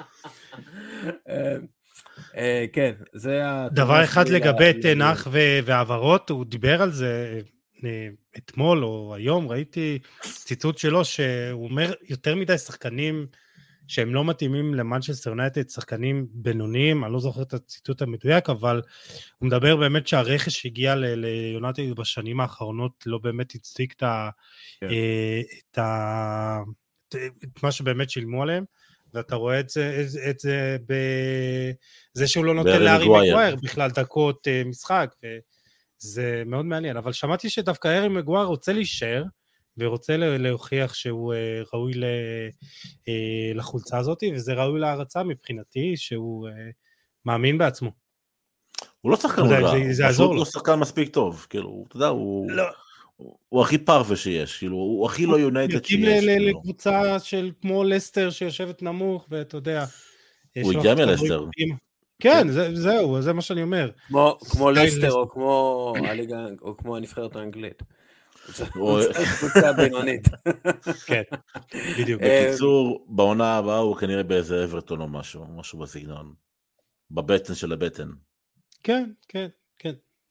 כן, זה...
דבר אחד לגבי תנח והעברות, הוא דיבר על זה אתמול או היום, ראיתי ציטוט שלו שהוא אומר יותר מדי שחקנים שהם לא מתאימים למנצ'סטר יונייטד, שחקנים בינוניים, אני לא זוכר את הציטוט המדויק, אבל הוא מדבר באמת שהרכש שהגיע ליונייטד בשנים האחרונות לא באמת הצדיק את ה... את ה... את מה שבאמת שילמו עליהם, ואתה רואה את זה, את זה בזה שהוא לא נותן לארי מגווייר בכלל דקות משחק, וזה מאוד מעניין, אבל שמעתי שדווקא הארי מגווייר רוצה להישאר, ורוצה להוכיח שהוא ראוי לחולצה הזאת, וזה ראוי להרצאה מבחינתי, שהוא מאמין בעצמו.
הוא לא שחקן רע, הוא לא שחקן מספיק טוב, כאילו, אתה יודע, הוא הכי פרווה שיש, כאילו, הוא הכי לא יונייטד שיש.
מתאים לקבוצה של כמו לסטר שיושבת נמוך, ואתה יודע.
הוא הגיע מלסטר.
כן, זהו, זה מה שאני אומר.
כמו לסטר, או כמו הליגה, או כמו הנבחרת האנגלית. קבוצה בינונית.
כן, בדיוק.
בקיצור, בעונה הבאה הוא כנראה באיזה אברטון או משהו, משהו בסגנון. בבטן של הבטן.
כן, כן, כן.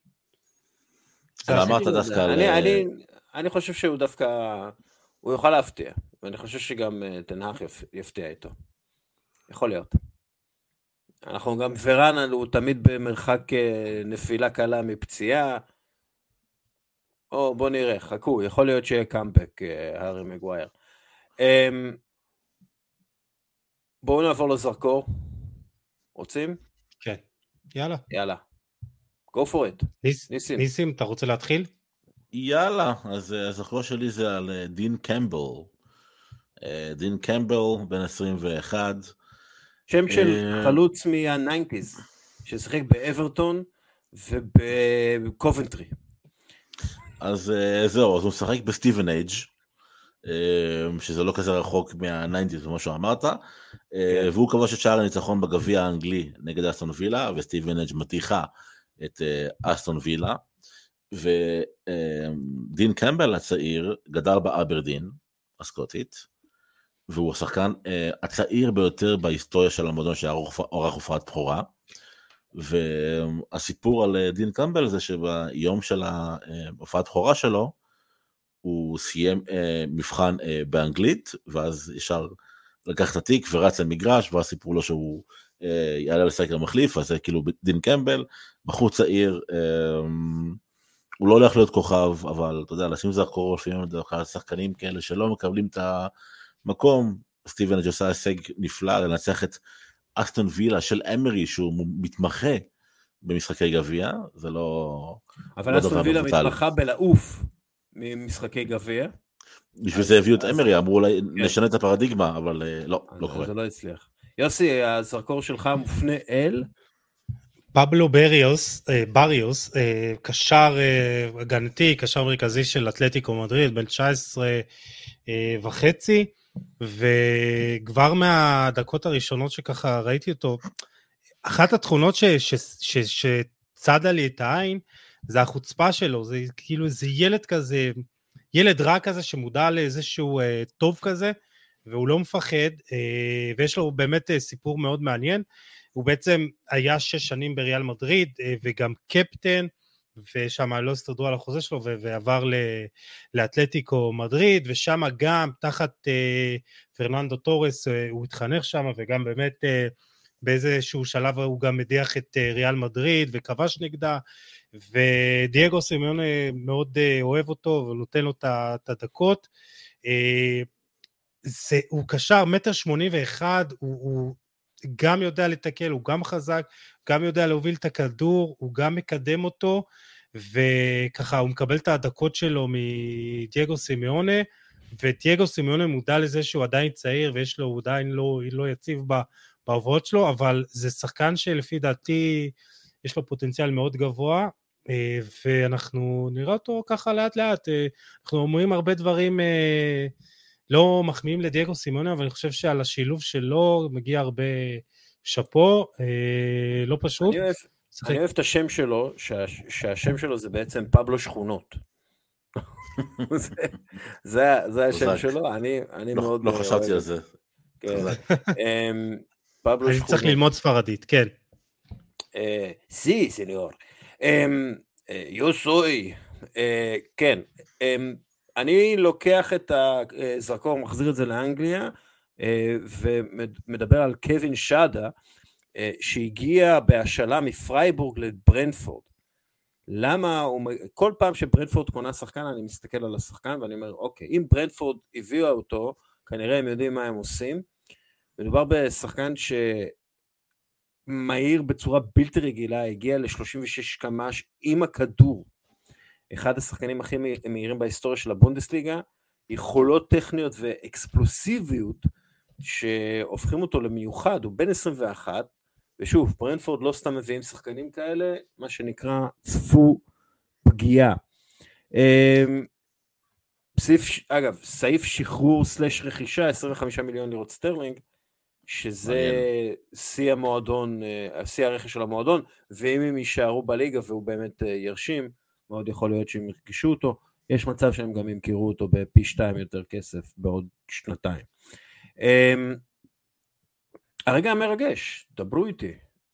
אמרת דווקא על...
אני חושב שהוא דווקא, הוא יוכל להפתיע, ואני חושב שגם תנח יפתיע איתו. יכול להיות. אנחנו גם ורן, הוא תמיד במרחק נפילה קלה מפציעה, או בוא נראה, חכו, יכול להיות שיהיה קאמבק, הארי מגווייר. בואו נעבור לזרקור. רוצים?
כן. יאללה.
יאללה. Go for it.
ניס, ניסים. ניסים, אתה רוצה להתחיל?
יאללה, אז הזרקור שלי זה על דין קמבל. דין קמבל, בן עשרים ואחת.
שם של חלוץ מה-תשעים, ששיחק באברטון ובקובנטרי.
אז זהו, אז הוא משחק בסטיבן אייג', שזה לא כזה רחוק מה-תשעים, כמו שאמרת, והוא כבש את שער הניצחון בגביע האנגלי נגד אסטון וילה, וסטיבן אייג' מתיחה את אסטון וילה, ודין קמבל הצעיר גדל באברדין הסקוטית, והוא השחקן הצעיר ביותר בהיסטוריה של המועדון שערך הופעת בכורה, והסיפור על דין קמבל זה שביום של ההופעת בכורה שלו, הוא סיים מבחן באנגלית, ואז ישר לקח את התיק ורץ למגרש, ואז סיפרו לו שהוא יעלה לשחק למחליף, אז זה כאילו דין קמבל, בחור צעיר, הוא לא הולך להיות כוכב, אבל אתה יודע, לשים זרקור לפעמים שחקנים כאלה שלא מקבלים את המקום, סטיבן אייג' עשה הישג נפלא לנצח את אסטון וילה של אמרי, שהוא מתמחה במשחקי גביע, זה לא...
אבל אסטון וילה מתמחה בלעוף ממשחקי גביע.
בשביל זה הביאו את אמרי, אמרו אולי נשנה את הפרדיגמה, אבל לא, לא קורה.
זה לא הצליח. יוסי, הזרקור שלך מופנה אל?
פבלו בריוס, בריוס, קשר הגנתי, קשר מרכזי של אתלטיקו מדריד, בן תשע עשרה וחצי, וכבר מהדקות הראשונות שככה ראיתי אותו, אחת התכונות שצדה לי את העין, זה החוצפה שלו, זה כאילו איזה ילד כזה, ילד רע כזה שמודע לאיזשהו טוב כזה, והוא לא מפחד, ויש לו באמת סיפור מאוד מעניין, הוא בעצם היה שש שנים בריאל מדריד, וגם קפטן, ושם לא הסתדרו על החוזה שלו, ועבר לאתלטיקו מדריד, ושם גם תחת פרננדו טורס, הוא התחנך שם, וגם באמת באיזשהו שלב הוא גם מדיח את ריאל מדריד, וכבש נגדה, ודייגו סימיון מאוד אוהב אותו, ונותן לו את הדקות, זה, הוא קשר מטר שמונים ואחד, הוא, הוא גם יודע לתקל, הוא גם חזק, גם יודע להוביל את הכדור, הוא גם מקדם אותו, וככה הוא מקבל את הדקות שלו מדייגו סימיונה, ודייגו סימיונה מודע לזה שהוא עדיין צעיר, ויש לו, הוא עדיין לא, לא יציב בעברות שלו, אבל זה שחקן שלפי דעתי יש לו פוטנציאל מאוד גבוה, ואנחנו נראה אותו ככה לאט לאט, אנחנו אומרים הרבה דברים לא מחמיאים לדייגו סימיונה, אבל אני חושב שעל השילוב שלו מגיע הרבה שפו, לא פשוט.
אני אוהב, אני אוהב את השם שלו, שה, שהשם שלו זה בעצם פבלו שכונות. זה, זה, זה השם שלו, אני, אני
לא,
מאוד...
לא חשבתי על זה.
כן. פבלו
אני
שכונות.
צריך ללמוד ספרדית, כן.
סי, סניור. יוסוי. כן. אני לוקח את הזרקור, מחזיר את זה לאנגליה, ומדבר על קווין שדה, שהגיע בהשאלה מפרייבורג לברנפורד. למה, הוא, כל פעם שברנפורד קונה שחקן, אני מסתכל על השחקן, ואני אומר, אוקיי, אם ברנפורד הביאו אותו, כנראה הם יודעים מה הם עושים, מדובר בשחקן שמהיר בצורה בלתי רגילה, הגיע ל-שלושים ושש קמ"ש עם הכדור, אחד השחקנים הכי מהירים בהיסטוריה של הבונדסליגה, יכולות טכניות ואקספלוסיביות, שהופכים אותו למיוחד, הוא בן עשרים ואחת, ושוב, ברנפורד לא סתם מביאים שחקנים כאלה, מה שנקרא צפו פגיעה. סעיף, אגב, סעיף שחרור סלש רכישה, עשרים וחמישה מיליון לירות סטרלינג, שזה שיא המועדון, שיא הרכש של המועדון, ואם הם יישארו בליגה והוא באמת ירשים, מאוד יכול להיות שהם ירכשו אותו, יש מצב שהם גם ימכרו אותו בפי שתיים יותר כסף בעוד שנתיים. הרגע המרגש, דברו איתי.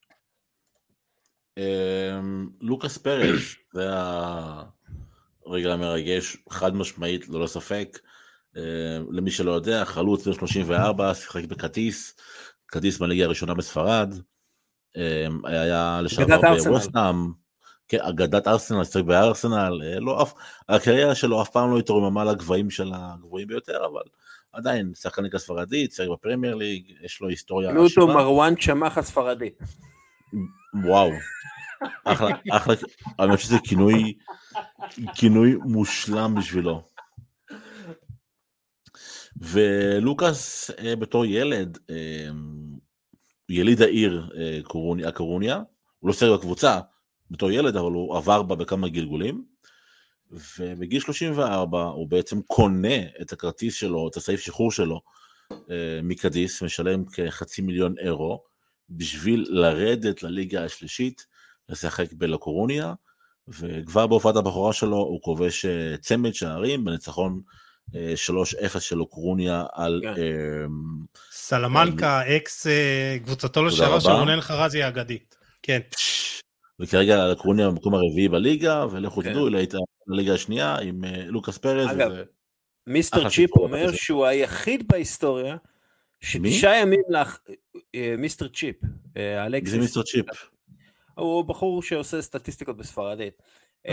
לוקאס פרז, זה הרגע המרגש, חד משמעית, לא לספק. למי שלא יודע, חלוץ בן שלושים וארבע, שיחק בקטיס, קטיס מהליגה הראשונה בספרד, היה לשעבר בווסטהאם, אגדת ארסנל, שיחק בארסנל, לא אף, הקריירה שלו אף פעם לא התרוממה לגבהים של הגבוהים ביותר, אבל עדיין, שחקן ליגה ספרדית, שיחק בפרמייר ליג, יש לו היסטוריה
עשירה. קנו אותו מרואן צ'מח הספרדי.
וואו, אחלה, אחלה, אני חושב שזה כינוי, כינוי מושלם בשבילו. ולוקאס בתור ילד, יליד העיר הקורוניה, הוא לא שיחק בקבוצה בתור ילד, אבל הוא עבר בה בכמה גלגולים, ובגיל שלושים וארבע הוא בעצם קונה את הכרטיס שלו, את הסעיף שחרור שלו, מקדיס, משלם כחצי מיליון אירו, בשביל לרדת לליגה השלישית, לשחק בלקורוניה, וכבר בהופעת הבכורה שלו הוא כובש צמד שערים, בניצחון שלוש אפס של לוקורוניה על...
סלמנקה, אקס קבוצתו לשעבר של רונן חרזי האגדית. כן.
וכרגע לקורוניה במקום הרביעי בליגה, ולכו תדעו, לליגה השנייה עם לוקאס פרז.
אגב, מיסטר צ'יפ אומר שהוא היחיד בהיסטוריה, שתשעה ימים לך, מיסטר צ'יפ,
זה מיסטר צ'יפ.
הוא בחור שעושה סטטיסטיקות בספרדית.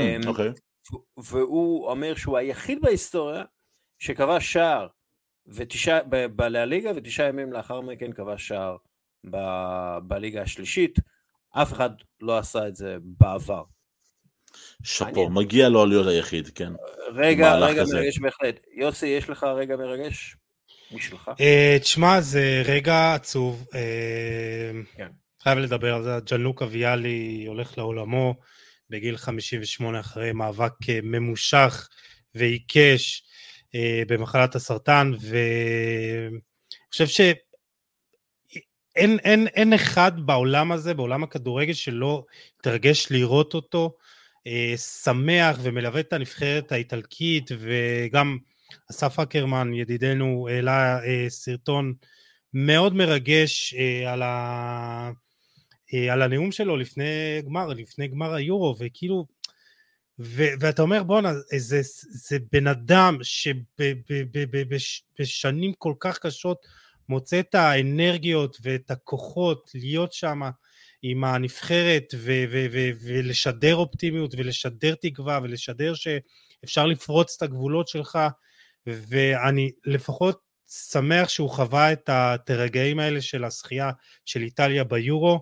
והוא אומר שהוא היחיד בהיסטוריה, שקבע שער בליגה, ותשעה ימים לאחר מכן קבע שער בליגה השלישית. אף אחד לא עשה את זה בעבר.
שפו, מגיע לו להיות היחיד, כן.
רגע, רגע מרגש בהחלט. יוסי, יש לך רגע מרגש? משלך?
תשמע, זה רגע עצוב. חייב לדבר על זה. ג'אנלוקה ויאלי הולך לעולמו בגיל חמישים ושמונה אחרי מאבק ממושך ועיקש במחלת הסרטן, ואני חושב ש... אין, אין, אין אחד בעולם הזה, בעולם הכדורגל שלא תרגש לראות אותו, אה, שמח ומלווה את הנבחרת האיטלקית, וגם אסף אקרמן, ידידנו, העלה סרטון מאוד מרגש על ה... על הנאום שלו לפני גמר, לפני גמר היורו, וכאילו, ו, ואתה אומר, בוא'נה, זה, זה בן אדם שבשנים כל כך קשות מוצא את האנרגיות ואת הכוחות להיות שם עם הנבחרת ו, ו, ו, ולשדר אופטימיות ולשדר תקווה ולשדר שאפשר לפרוץ את הגבולות שלך, ואני לפחות שמח שהוא חווה את הרגעים האלה של השחייה של איטליה ביורו.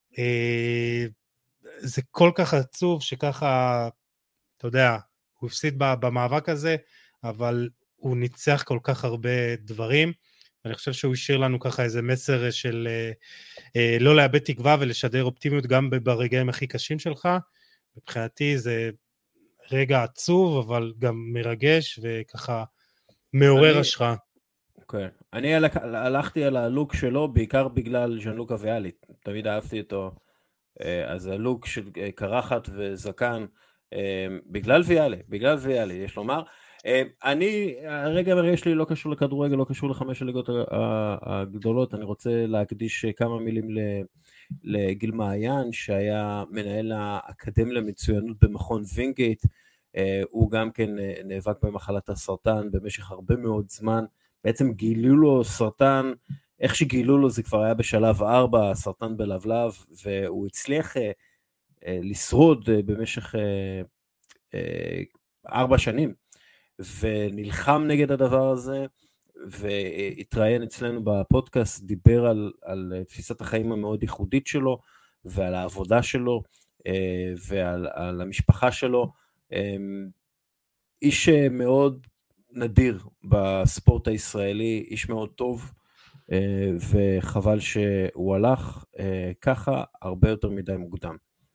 זה כל כך עצוב שככה, אתה יודע, הוא הפסיד במאבק הזה, אבל הוא ניצח כל כך הרבה דברים, ואני חושב שהוא השאיר לנו ככה איזה מסר של לא לאבד תקווה ולשדר אופטימיות גם ברגעים הכי קשים שלך. מבחינתי זה רגע עצוב, אבל גם מרגש וככה מעורר השראה.
אוקיי, אני הלכתי על הלוק שלו בעיקר בגלל ז'אן לוקה ויאלי, תמיד אהבתי אותו, אז הלוק של קרחת וזקן, בגלל ויאלי, בגלל ויאלי, יש לומר. אני, הרגע מרגש לי לא קשור לכדורגל, לא קשור לחמש הליגות הגדולות, אני רוצה להקדיש כמה מילים לגיל מעיין, שהיה מנהל האקדמיה למצוינות במכון וינגייט, הוא גם כן נאבק במחלת הסרטן במשך הרבה מאוד זמן, בעצם גילו לו סרטן, איך שגילו לו זה כבר היה בשלב ארבע, סרטן בלבלב, והוא הצליח אה, אה, לשרוד אה, במשך אה, אה, ארבע שנים, ונלחם נגד הדבר הזה, והתראיין אצלנו בפודקאסט, דיבר על, על תפיסת החיים המאוד ייחודית שלו, ועל העבודה שלו, אה, ועל על המשפחה שלו, אה, איש מאוד נדיר בספורט הישראלי, איש מאוד טוב, וחבל שהוא הלך ככה הרבה יותר מדי מוקדם.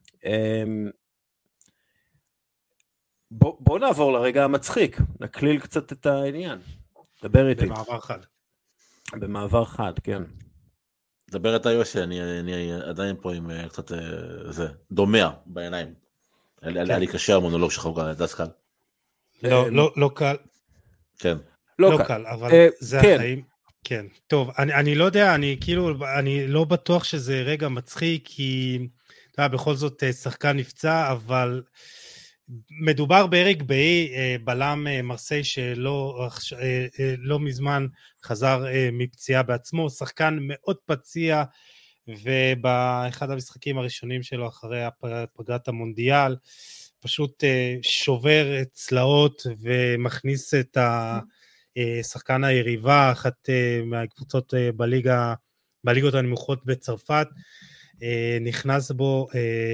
בוא, בוא נעבור לרגע המצחיק, נקליל קצת את העניין. דבר איתי.
במעבר חד.
במעבר חד, כן.
דבר את היוסי, אני, אני עדיין פה עם קצת זה, דומע בעיניים. היה לי קשה המונולוג שלך, דסקל.
לא, לא, לא קל.
כן.
לא, לא קל, קל, אבל uh, זה כן. החיים. כן. טוב, אני, אני לא יודע, אני כאילו, אני לא בטוח שזה רגע מצחיק, כי אתה יודע, בכל זאת שחקן נפצע, אבל מדובר באריק באי, בלם מרסיי שלא לא מזמן חזר מפציעה בעצמו, שחקן מאוד פציע, ובאחד המשחקים הראשונים שלו אחרי פגרת המונדיאל, פשוט שובר צלעות ומכניס את השחקן היריבה, אחת מהקבוצות בליגה, בליגות הנמוכות בצרפת, נכנס בו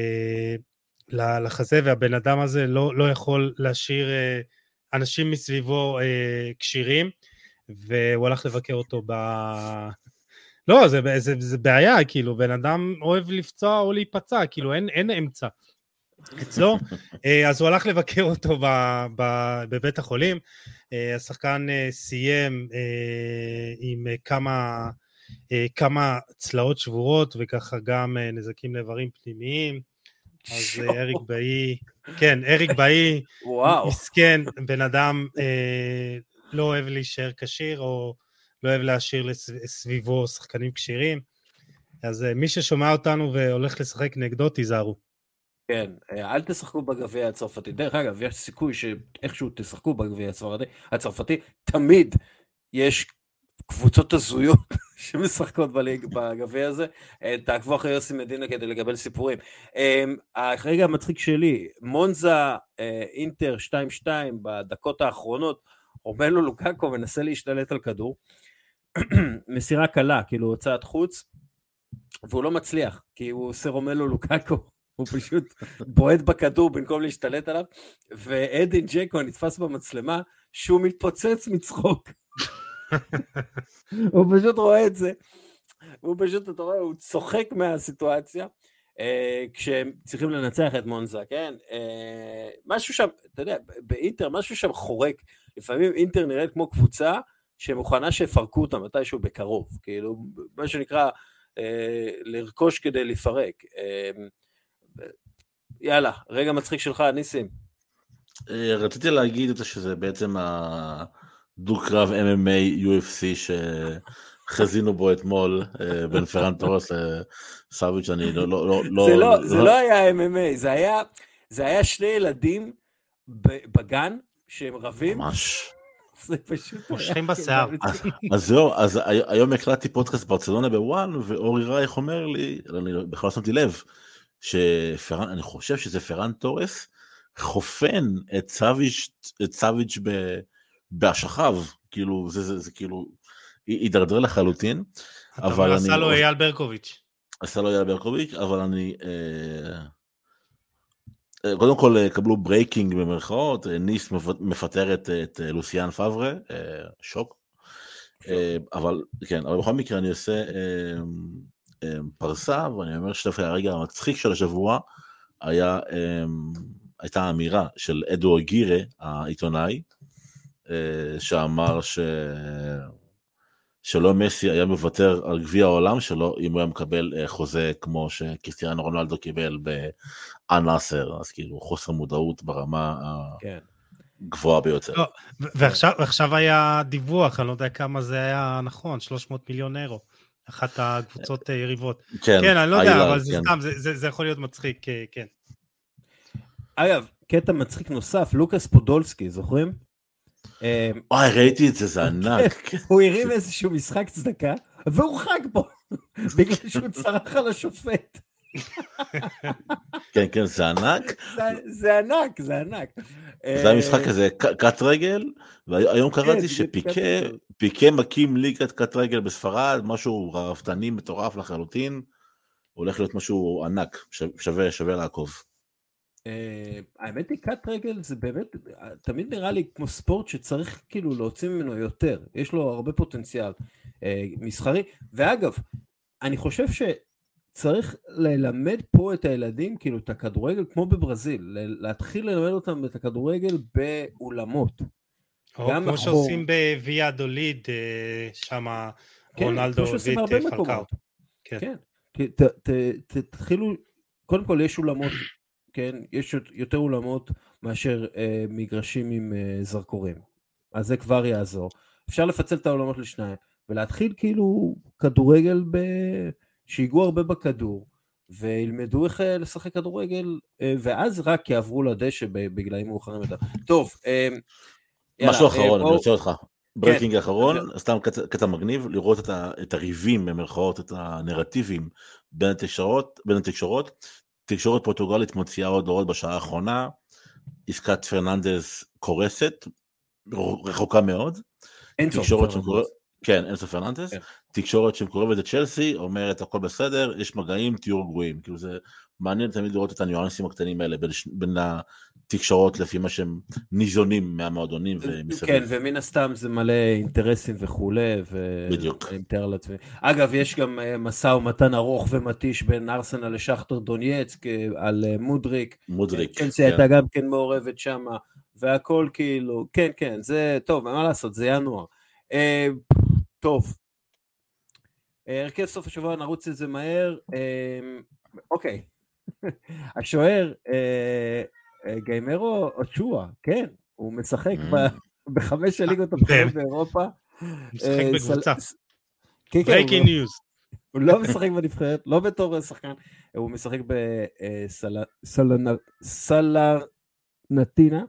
לחזה, והבן אדם הזה לא, לא יכול להשאיר אנשים מסביבו קשירים, והוא הלך לבקר אותו ב... לא, זה, זה, זה בעיה, כאילו, בן אדם אוהב לפצוע או להיפצע, כאילו, אין, אין אמצע. אצלו, אז הוא הלך לבקר אותו ב, ב, בבית החולים, השחקן סיים עם כמה, כמה צלעות שבורות, וככה גם נזקים לאיברים פנימיים, אז אריק באי, כן, אריק באי, מסכן, בן אדם לא אוהב להישאר קשיר, או לא אוהב להשאיר לסביבו שחקנים קשירים, אז מי ששומע אותנו והולך לשחק נגדו, תיזהרו.
כן, אל תשחקו בגביע הצרפתי. דרך אגב, יש סיכוי שאיכשהו תשחקו בגביע הצרפתי, תמיד יש קבוצות הזויות שמשחקות בגביע הזה. תעקבו אחרי יוסי מדינה כדי לקבל סיפורים. הרגע המצחיק שלי, מונזה אינטר שתיים שתיים בדקות האחרונות, רומלו לוקאקו מנסה להשתלט על כדור, מסירה קלה, כאילו הוצאת חוץ, והוא לא מצליח, כי הוא עושה רומלו לוקאקו, הוא פשוט בועט בכדור במקום להשתלט עליו, ואדין ג'קו נתפס במצלמה שהוא מתפוצץ מצחוק. הוא פשוט רואה את זה, הוא פשוט, אתה רואה, הוא צוחק מהסיטואציה, כשהם צריכים לנצח את מונזה, כן? משהו שם, אתה יודע, באינטר, משהו שם חורק, לפעמים אינטר נראית כמו קבוצה שמוכנה שיפרקו אותה מתישהו בקרוב, כאילו, מה שנקרא, לרכוש כדי לפרק. יאללה, רגע מצחיק שלך, ניסים.
רציתי להגיד את זה שזה בעצם דו קרב אם אם איי יו אף סי שחזינו בו אתמול בין פרן טורס לסאביץ', אני לא... לא, לא,
זה לא,
לא,
זה לא היה אם אם איי, זה היה, זה היה שני ילדים בגן שהם רבים.
ממש.
זה פשוט...
מושכים בשיער.
אז זהו, אז היום הקלטתי פודקאסט ברצלונה בוואן, ואורי רייך אומר לי, אני בכלל שמתי לב, שפרן, אני חושב שזה פרן טורס, חופן את סאביץ', את סאביץ' בהשכב, כאילו, זה, זה, זה כאילו, הידרדר לחלוטין.
אתה אומר, עשה לו אייל ברקוביץ'.
עשה לו אייל ברקוביץ', אבל אני... קודם כל קבלו ברייקינג במרכאות, ניס מפטרת את לוסיאן פאברה, שוק, אבל כן, אבל בכל מקרה אני עושה פרסה, ואני אומר שדווקא הרגע המצחיק של השבוע, היה, הייתה אמירה של אדו אגירה, העיתונאי, שאמר ש... שלא מסי היה מוותר על גביע העולם שלו, אם הוא היה מקבל חוזה כמו שקריסטיאנו רונלדו קיבל באל-נאסר, אז כאילו חוסר מודעות ברמה הגבוהה ביותר.
ועכשיו היה דיווח, אני לא יודע כמה זה היה נכון, שלוש מאות מיליון אירו, אחת הקבוצות יריבות. כן, אני לא יודע, אבל זה סתם, זה יכול להיות מצחיק, כן.
אגב, קטע מצחיק נוסף, לוקאס פודולסקי, זוכרים?
וואי, ראיתי את זה, זה ענק.
הוא הרים איזשהו משחק צדקה, והוא חג בו, בגלל שהוא צרח על השופט.
כן, כן, זה ענק.
זה ענק, זה ענק.
זה המשחק הזה, קט רגל, והיום קראתי שפיקה מקים ליגת קט רגל בספרד, משהו רפתני מטורף לחלוטין, הולך להיות משהו ענק, שווה לעקוב.
האמת היא, קט רגל זה באמת, תמיד נראה לי כמו ספורט שצריך כאילו להוציא ממנו יותר, יש לו הרבה פוטנציאל מסחרי, ואגב, אני חושב שצריך ללמד פה את הילדים, כאילו את הכדורגל, כמו בברזיל, להתחיל ללמד אותם את הכדורגל באולמות.
כמו שעושים בוויה דוליד, שם רונלדו ואת פלקאו.
כן, תתחילו, קודם כל יש אולמות, כן, יש יותר אולמות מאשר אה, מגרשים עם אה, זרקורים, אז זה כבר יעזור. אפשר לפצל את האולמות לשניים, ולהתחיל כאילו כדורגל, ב... שיגעו הרבה בכדור, וילמדו איך לשחק כדורגל, אה, ואז רק יעברו לדשא בגללים מאוחרים יותר. טוב, אה,
משהו יאללה, אחרון, אה, אני רוצה אותך. ברקינג האחרון, סתם קטע מגניב, לראות את, ה, את הריבים במרכאות, את הנרטיבים בין התקשורות, בין התקשורות, תקשורת פורטוגלית מוציאה הודעות בשעה האחרונה, עסקת פרננדז קורסת, רחוקה מאוד, תקשורת שמקורבת, כן, אינסו פרננדז, תקשורת שמקורבת את צ'לסי, אומרת הכל בסדר, יש מגעים, תהיו רגועים, כאילו זה מעניין תמיד לראות את הניואנסים הקטנים האלה, בין, בין התקשורות לפי מה שהם ניזונים מהמועדונים ומסביב.
כן, ומן הסתם זה מלא אינטרסים וכולי,
בדיוק.
ואני מתאר לעצמי. אגב, יש גם מסע ומתן ארוך ומתיש בין ארסנל לשכטר דונייצק, על מודריק.
מודריק,
כן. צ'לסי הייתה גם כן מעורבת שם, והכל כאילו, כן, כן, זה טוב, מה לעשות, זה ינואר. טוב. הרכב סוף השבוע, נרוץ את זה מהר. אוקיי. השוער, גיימרו אוצ'ואה, כן, הוא משחק בחמש הליגות הבכירות באירופה.
משחק בקבוצה. ברייקינג ניוז.
הוא לא משחק בנבחרת, לא בתור שחקן, הוא משחק בסלרנטינה.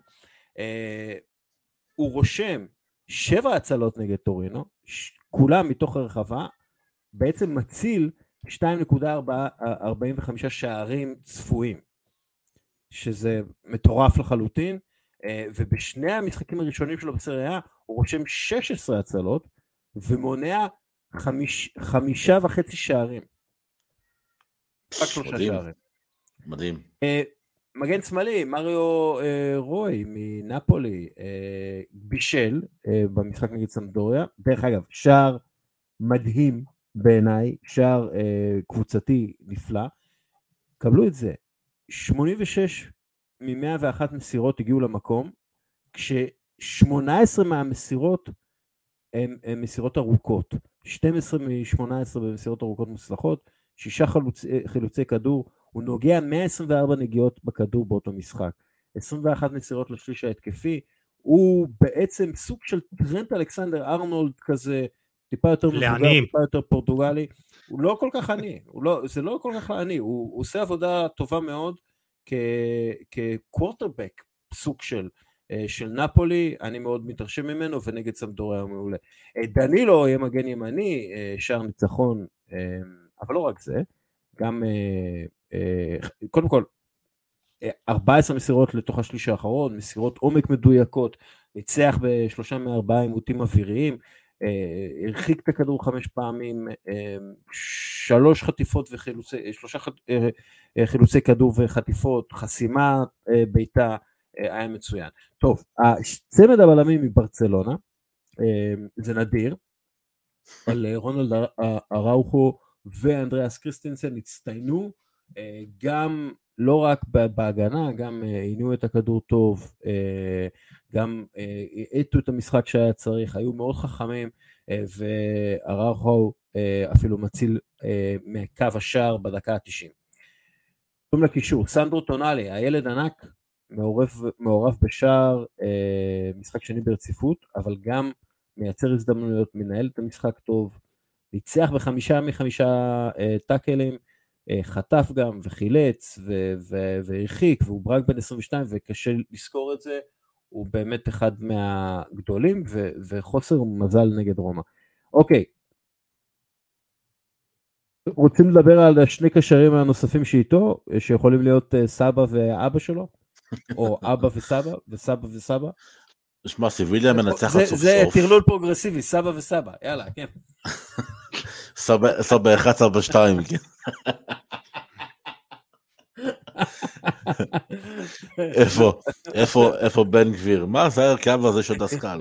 הוא רושם שבע הצלות נגד טורינו, כולם מתוך הרחבה, בעצם מציל שתיים נקודה ארבעים וחמש שערים צפויים, שזה מטורף לחלוטין, ובשני המשחקים הראשונים שלו בסריה, הוא רושם שש עשרה הצלות, ומונע חמיש, חמישה וחצי שערים. רק שלושה שערים.
מדהים.
מגן שמאלי, מריו רוי מנפולי, בישל במשחק נגד סמדוריה, דרך אגב, שער מדהים בעיניי, שער קבוצתי נפלא, קבלו את זה, שמונים ושש מ-מאה ואחת מסירות הגיעו למקום, כש-שמונה עשרה מהמסירות הן מסירות ארוכות, שתים עשרה מ-שמונה עשרה במסירות ארוכות מוצלחות, שישה חלוצ... חילוצי כדור, הוא נוגע מאה עשרים וארבע נגיעות בכדור באותו משחק, עשרים ואחת מסירות לשליש ההתקפי, הוא בעצם סוג של טרנט אלכסנדר ארנולד כזה, טיפה יותר מבוגר, טיפה יותר פורטוגלי, הוא לא כל כך עני, לא, זה לא כל כך עני, הוא, הוא עושה עבודה טובה מאוד כקוורטרבק, סוג של, של נפולי, אני מאוד מתרשם ממנו, ונגד סמפדוריה הוא מעולה. דנילו יהיה מגן ימני, שער ניצחון, אבל לא רק זה, גם, קודם כל, ארבע עשרה מסירות לתוך השליש האחרון, מסירות עומק מדויקות, ניצח בשלושה מארבעה עימותים אוויריים, הרחיק את הכדור חמש פעמים, שלוש חטיפות וחילוצי, שלושה חילוצי כדור וחטיפות, חסימה ביתה, היה מצוין. טוב, צמד הבלמים מברצלונה, זה נדיר, על רונלד אראוכו ואנדריאס קריסטנסן הצטיינו, גם לא רק בהגנה, גם עינו את הכדור טוב, גם העטו את המשחק שהיה צריך, היו מאוד חכמים, ואראוכו אפילו מציל מקו השער בדקה ה-תשעים. תום לקישור, סנדרו טונאלי, הילד ענק, מעורב, מעורב בשער, משחק שני ברציפות, אבל גם מייצר הזדמנויות, מנהל את המשחק טוב, ניצח בחמישה מחמישה טאקלים, חטף גם וחילץ והרחיק, והוא ברק בן עשרים ושתיים, וקשה לזכור את זה, הוא באמת אחד מהגדולים, וחוסר מזל נגד רומא. אוקיי, רוצים לדבר על שני קשרים הנוספים שאיתו, שיכולים להיות סבא ואבא שלו, או אבא וסבא, וסבא וסבא?
שמע, סיביליה מנצחת סוף סוף.
זה תרלול פרוגרסיבי, סבא וסבא, יאללה, כן.
סבא אחד, סבא שתיים, כן. איפה, איפה, איפה בן גביר? מה זה הרכב הזה של דסקל?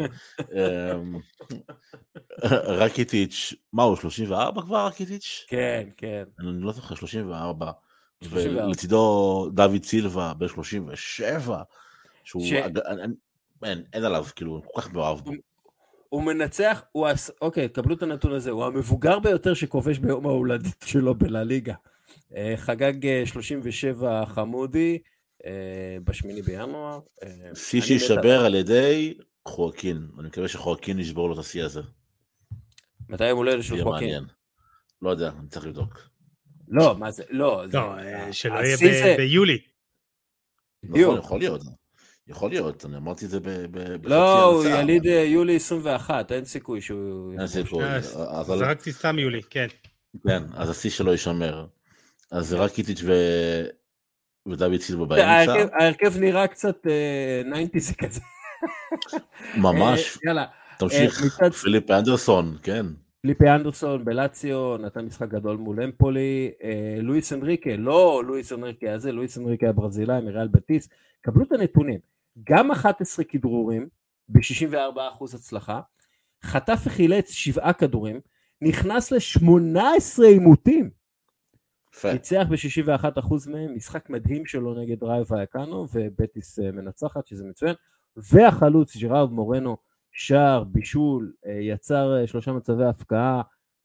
רקיטיץ', מה הוא, שלושים וארבע כבר רקיטיץ'?
כן, כן.
אני לא זוכר, שלושים וארבע. ולצידו דוד סילבה ב-שלושים ושבע, שהוא, אין עליו, כאילו, כל כך מאוהב בו.
הוא מנצח, אוקיי, קבלו את הנתון הזה, הוא המבוגר ביותר שכובש ביום ההולדת שלו בלליגה. חגג שלושים ושבע חמודי, בשמיני בינואר.
שיא שישבר על ידי חואקין, אני מקווה שחואקין ישבור לו את השיא הזה.
מתי הוא הולדת של חואקין?
לא יודע, אני צריך לבדוק.
לא, מה זה, לא.
לא, שלא יהיה ביולי.
נכון, יכול להיות. יכול להיות, אני אמרתי את זה בחצי הנצח.
לא, הוא יליד יולי עשרים ואחת, אין סיכוי שהוא...
אין סיכוי.
זרקתי סתם יולי, כן.
כן, אז השיא שלו ישמר. אז זה רק קיטיץ' ודוד סילבה באמצע.
ההרכב נראה קצת ניינטיז כזה.
ממש. תמשיך, פיליפ אנדרסון, כן.
פיליפי אנדרסון בלציו, נתן משחק גדול מול אמפולי, לואיס אנריקה, לא לואיס אנריקה הזה, לואיס אנריקה הברזילאי מריאל בטיס, קבלו את הנתונים, גם אחד עשר כדרורים, ב-שישים וארבעה אחוז הצלחה, חטף וחילץ שבעה כדורים, נכנס ל-שמונה עשרה עימותים, ניצח ב-שישים ואחד אחוז מהם, משחק מדהים שלו נגד ראיו ויאקנו, ובטיס מנצחת, שזה מצוין, והחלוץ ג'רארד מורנו, שער, בישול, יצר שלושה מצבי הפקעה,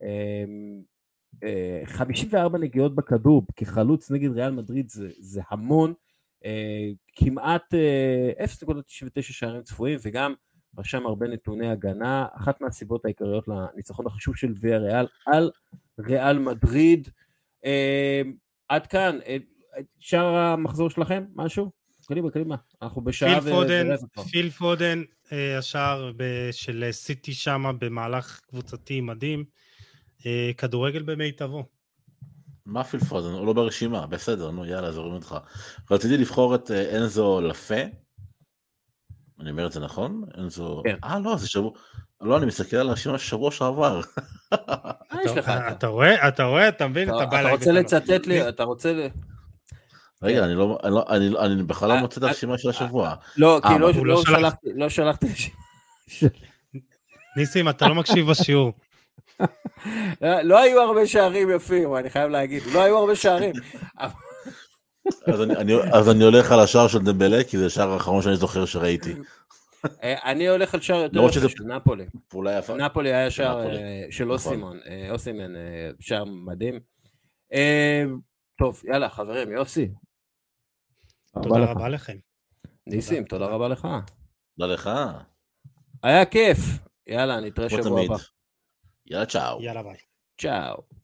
חמישים וארבע נגיעות בכדור, כחלוץ נגד ריאל מדריד זה, זה המון, כמעט אפס נקודה תשעים ותשע שערים צפויים, וגם רשם הרבה נתוני הגנה, אחת מהסיבות העיקריות לניצחון החשוב של ויה ריאל, על ריאל מדריד. עד כאן, שער המחזור שלכם, משהו? קדימה, קדימה, אנחנו בשעה
ורבע כבר. פיל פודן, השער של סיטי שמה במהלך קבוצתי מדהים, כדורגל במיטבו.
מה פיל פודן? הוא לא ברשימה, בסדר, נו יאללה, זורם אותך. רציתי לבחור את אנזו לפה, אני אומר את זה נכון? אנזו... אה לא, זה שבוע, לא, אני מסתכל על הרשימה שבוע שעבר.
אתה רואה, אתה רואה, אתה מבין, אתה בא
להגיד. אתה רוצה לצטט לי, אתה רוצה...
רגע, אני לא, אני, אני, אני בכלל לא מוצא את הרשימה של השבוע.
לא, כי לא שלחתי, לא שלחתי.
ניסים, אתה לא מקשיב בשיעור.
לא היו הרבה שערים יפים, אני חייב להגיד, לא היו הרבה שערים.
אז אני הולך על השער של דמבלה, כי זה השער האחרון שאני זוכר שראיתי.
אני הולך על שער יותר יפה של נפולי. נפולי היה שער של אוסימון, אוסימן, שער מדהים. טוב, יאללה, חברים, יוסי.
תודה רבה לכם.
ניסים, תודה רבה לך.
תודה לך.
היה כיף. יאללה, נתראה
כמו
שבוע
תמיד.
הבא.
יאללה, צ'או.
יאללה ביי.
צ'או.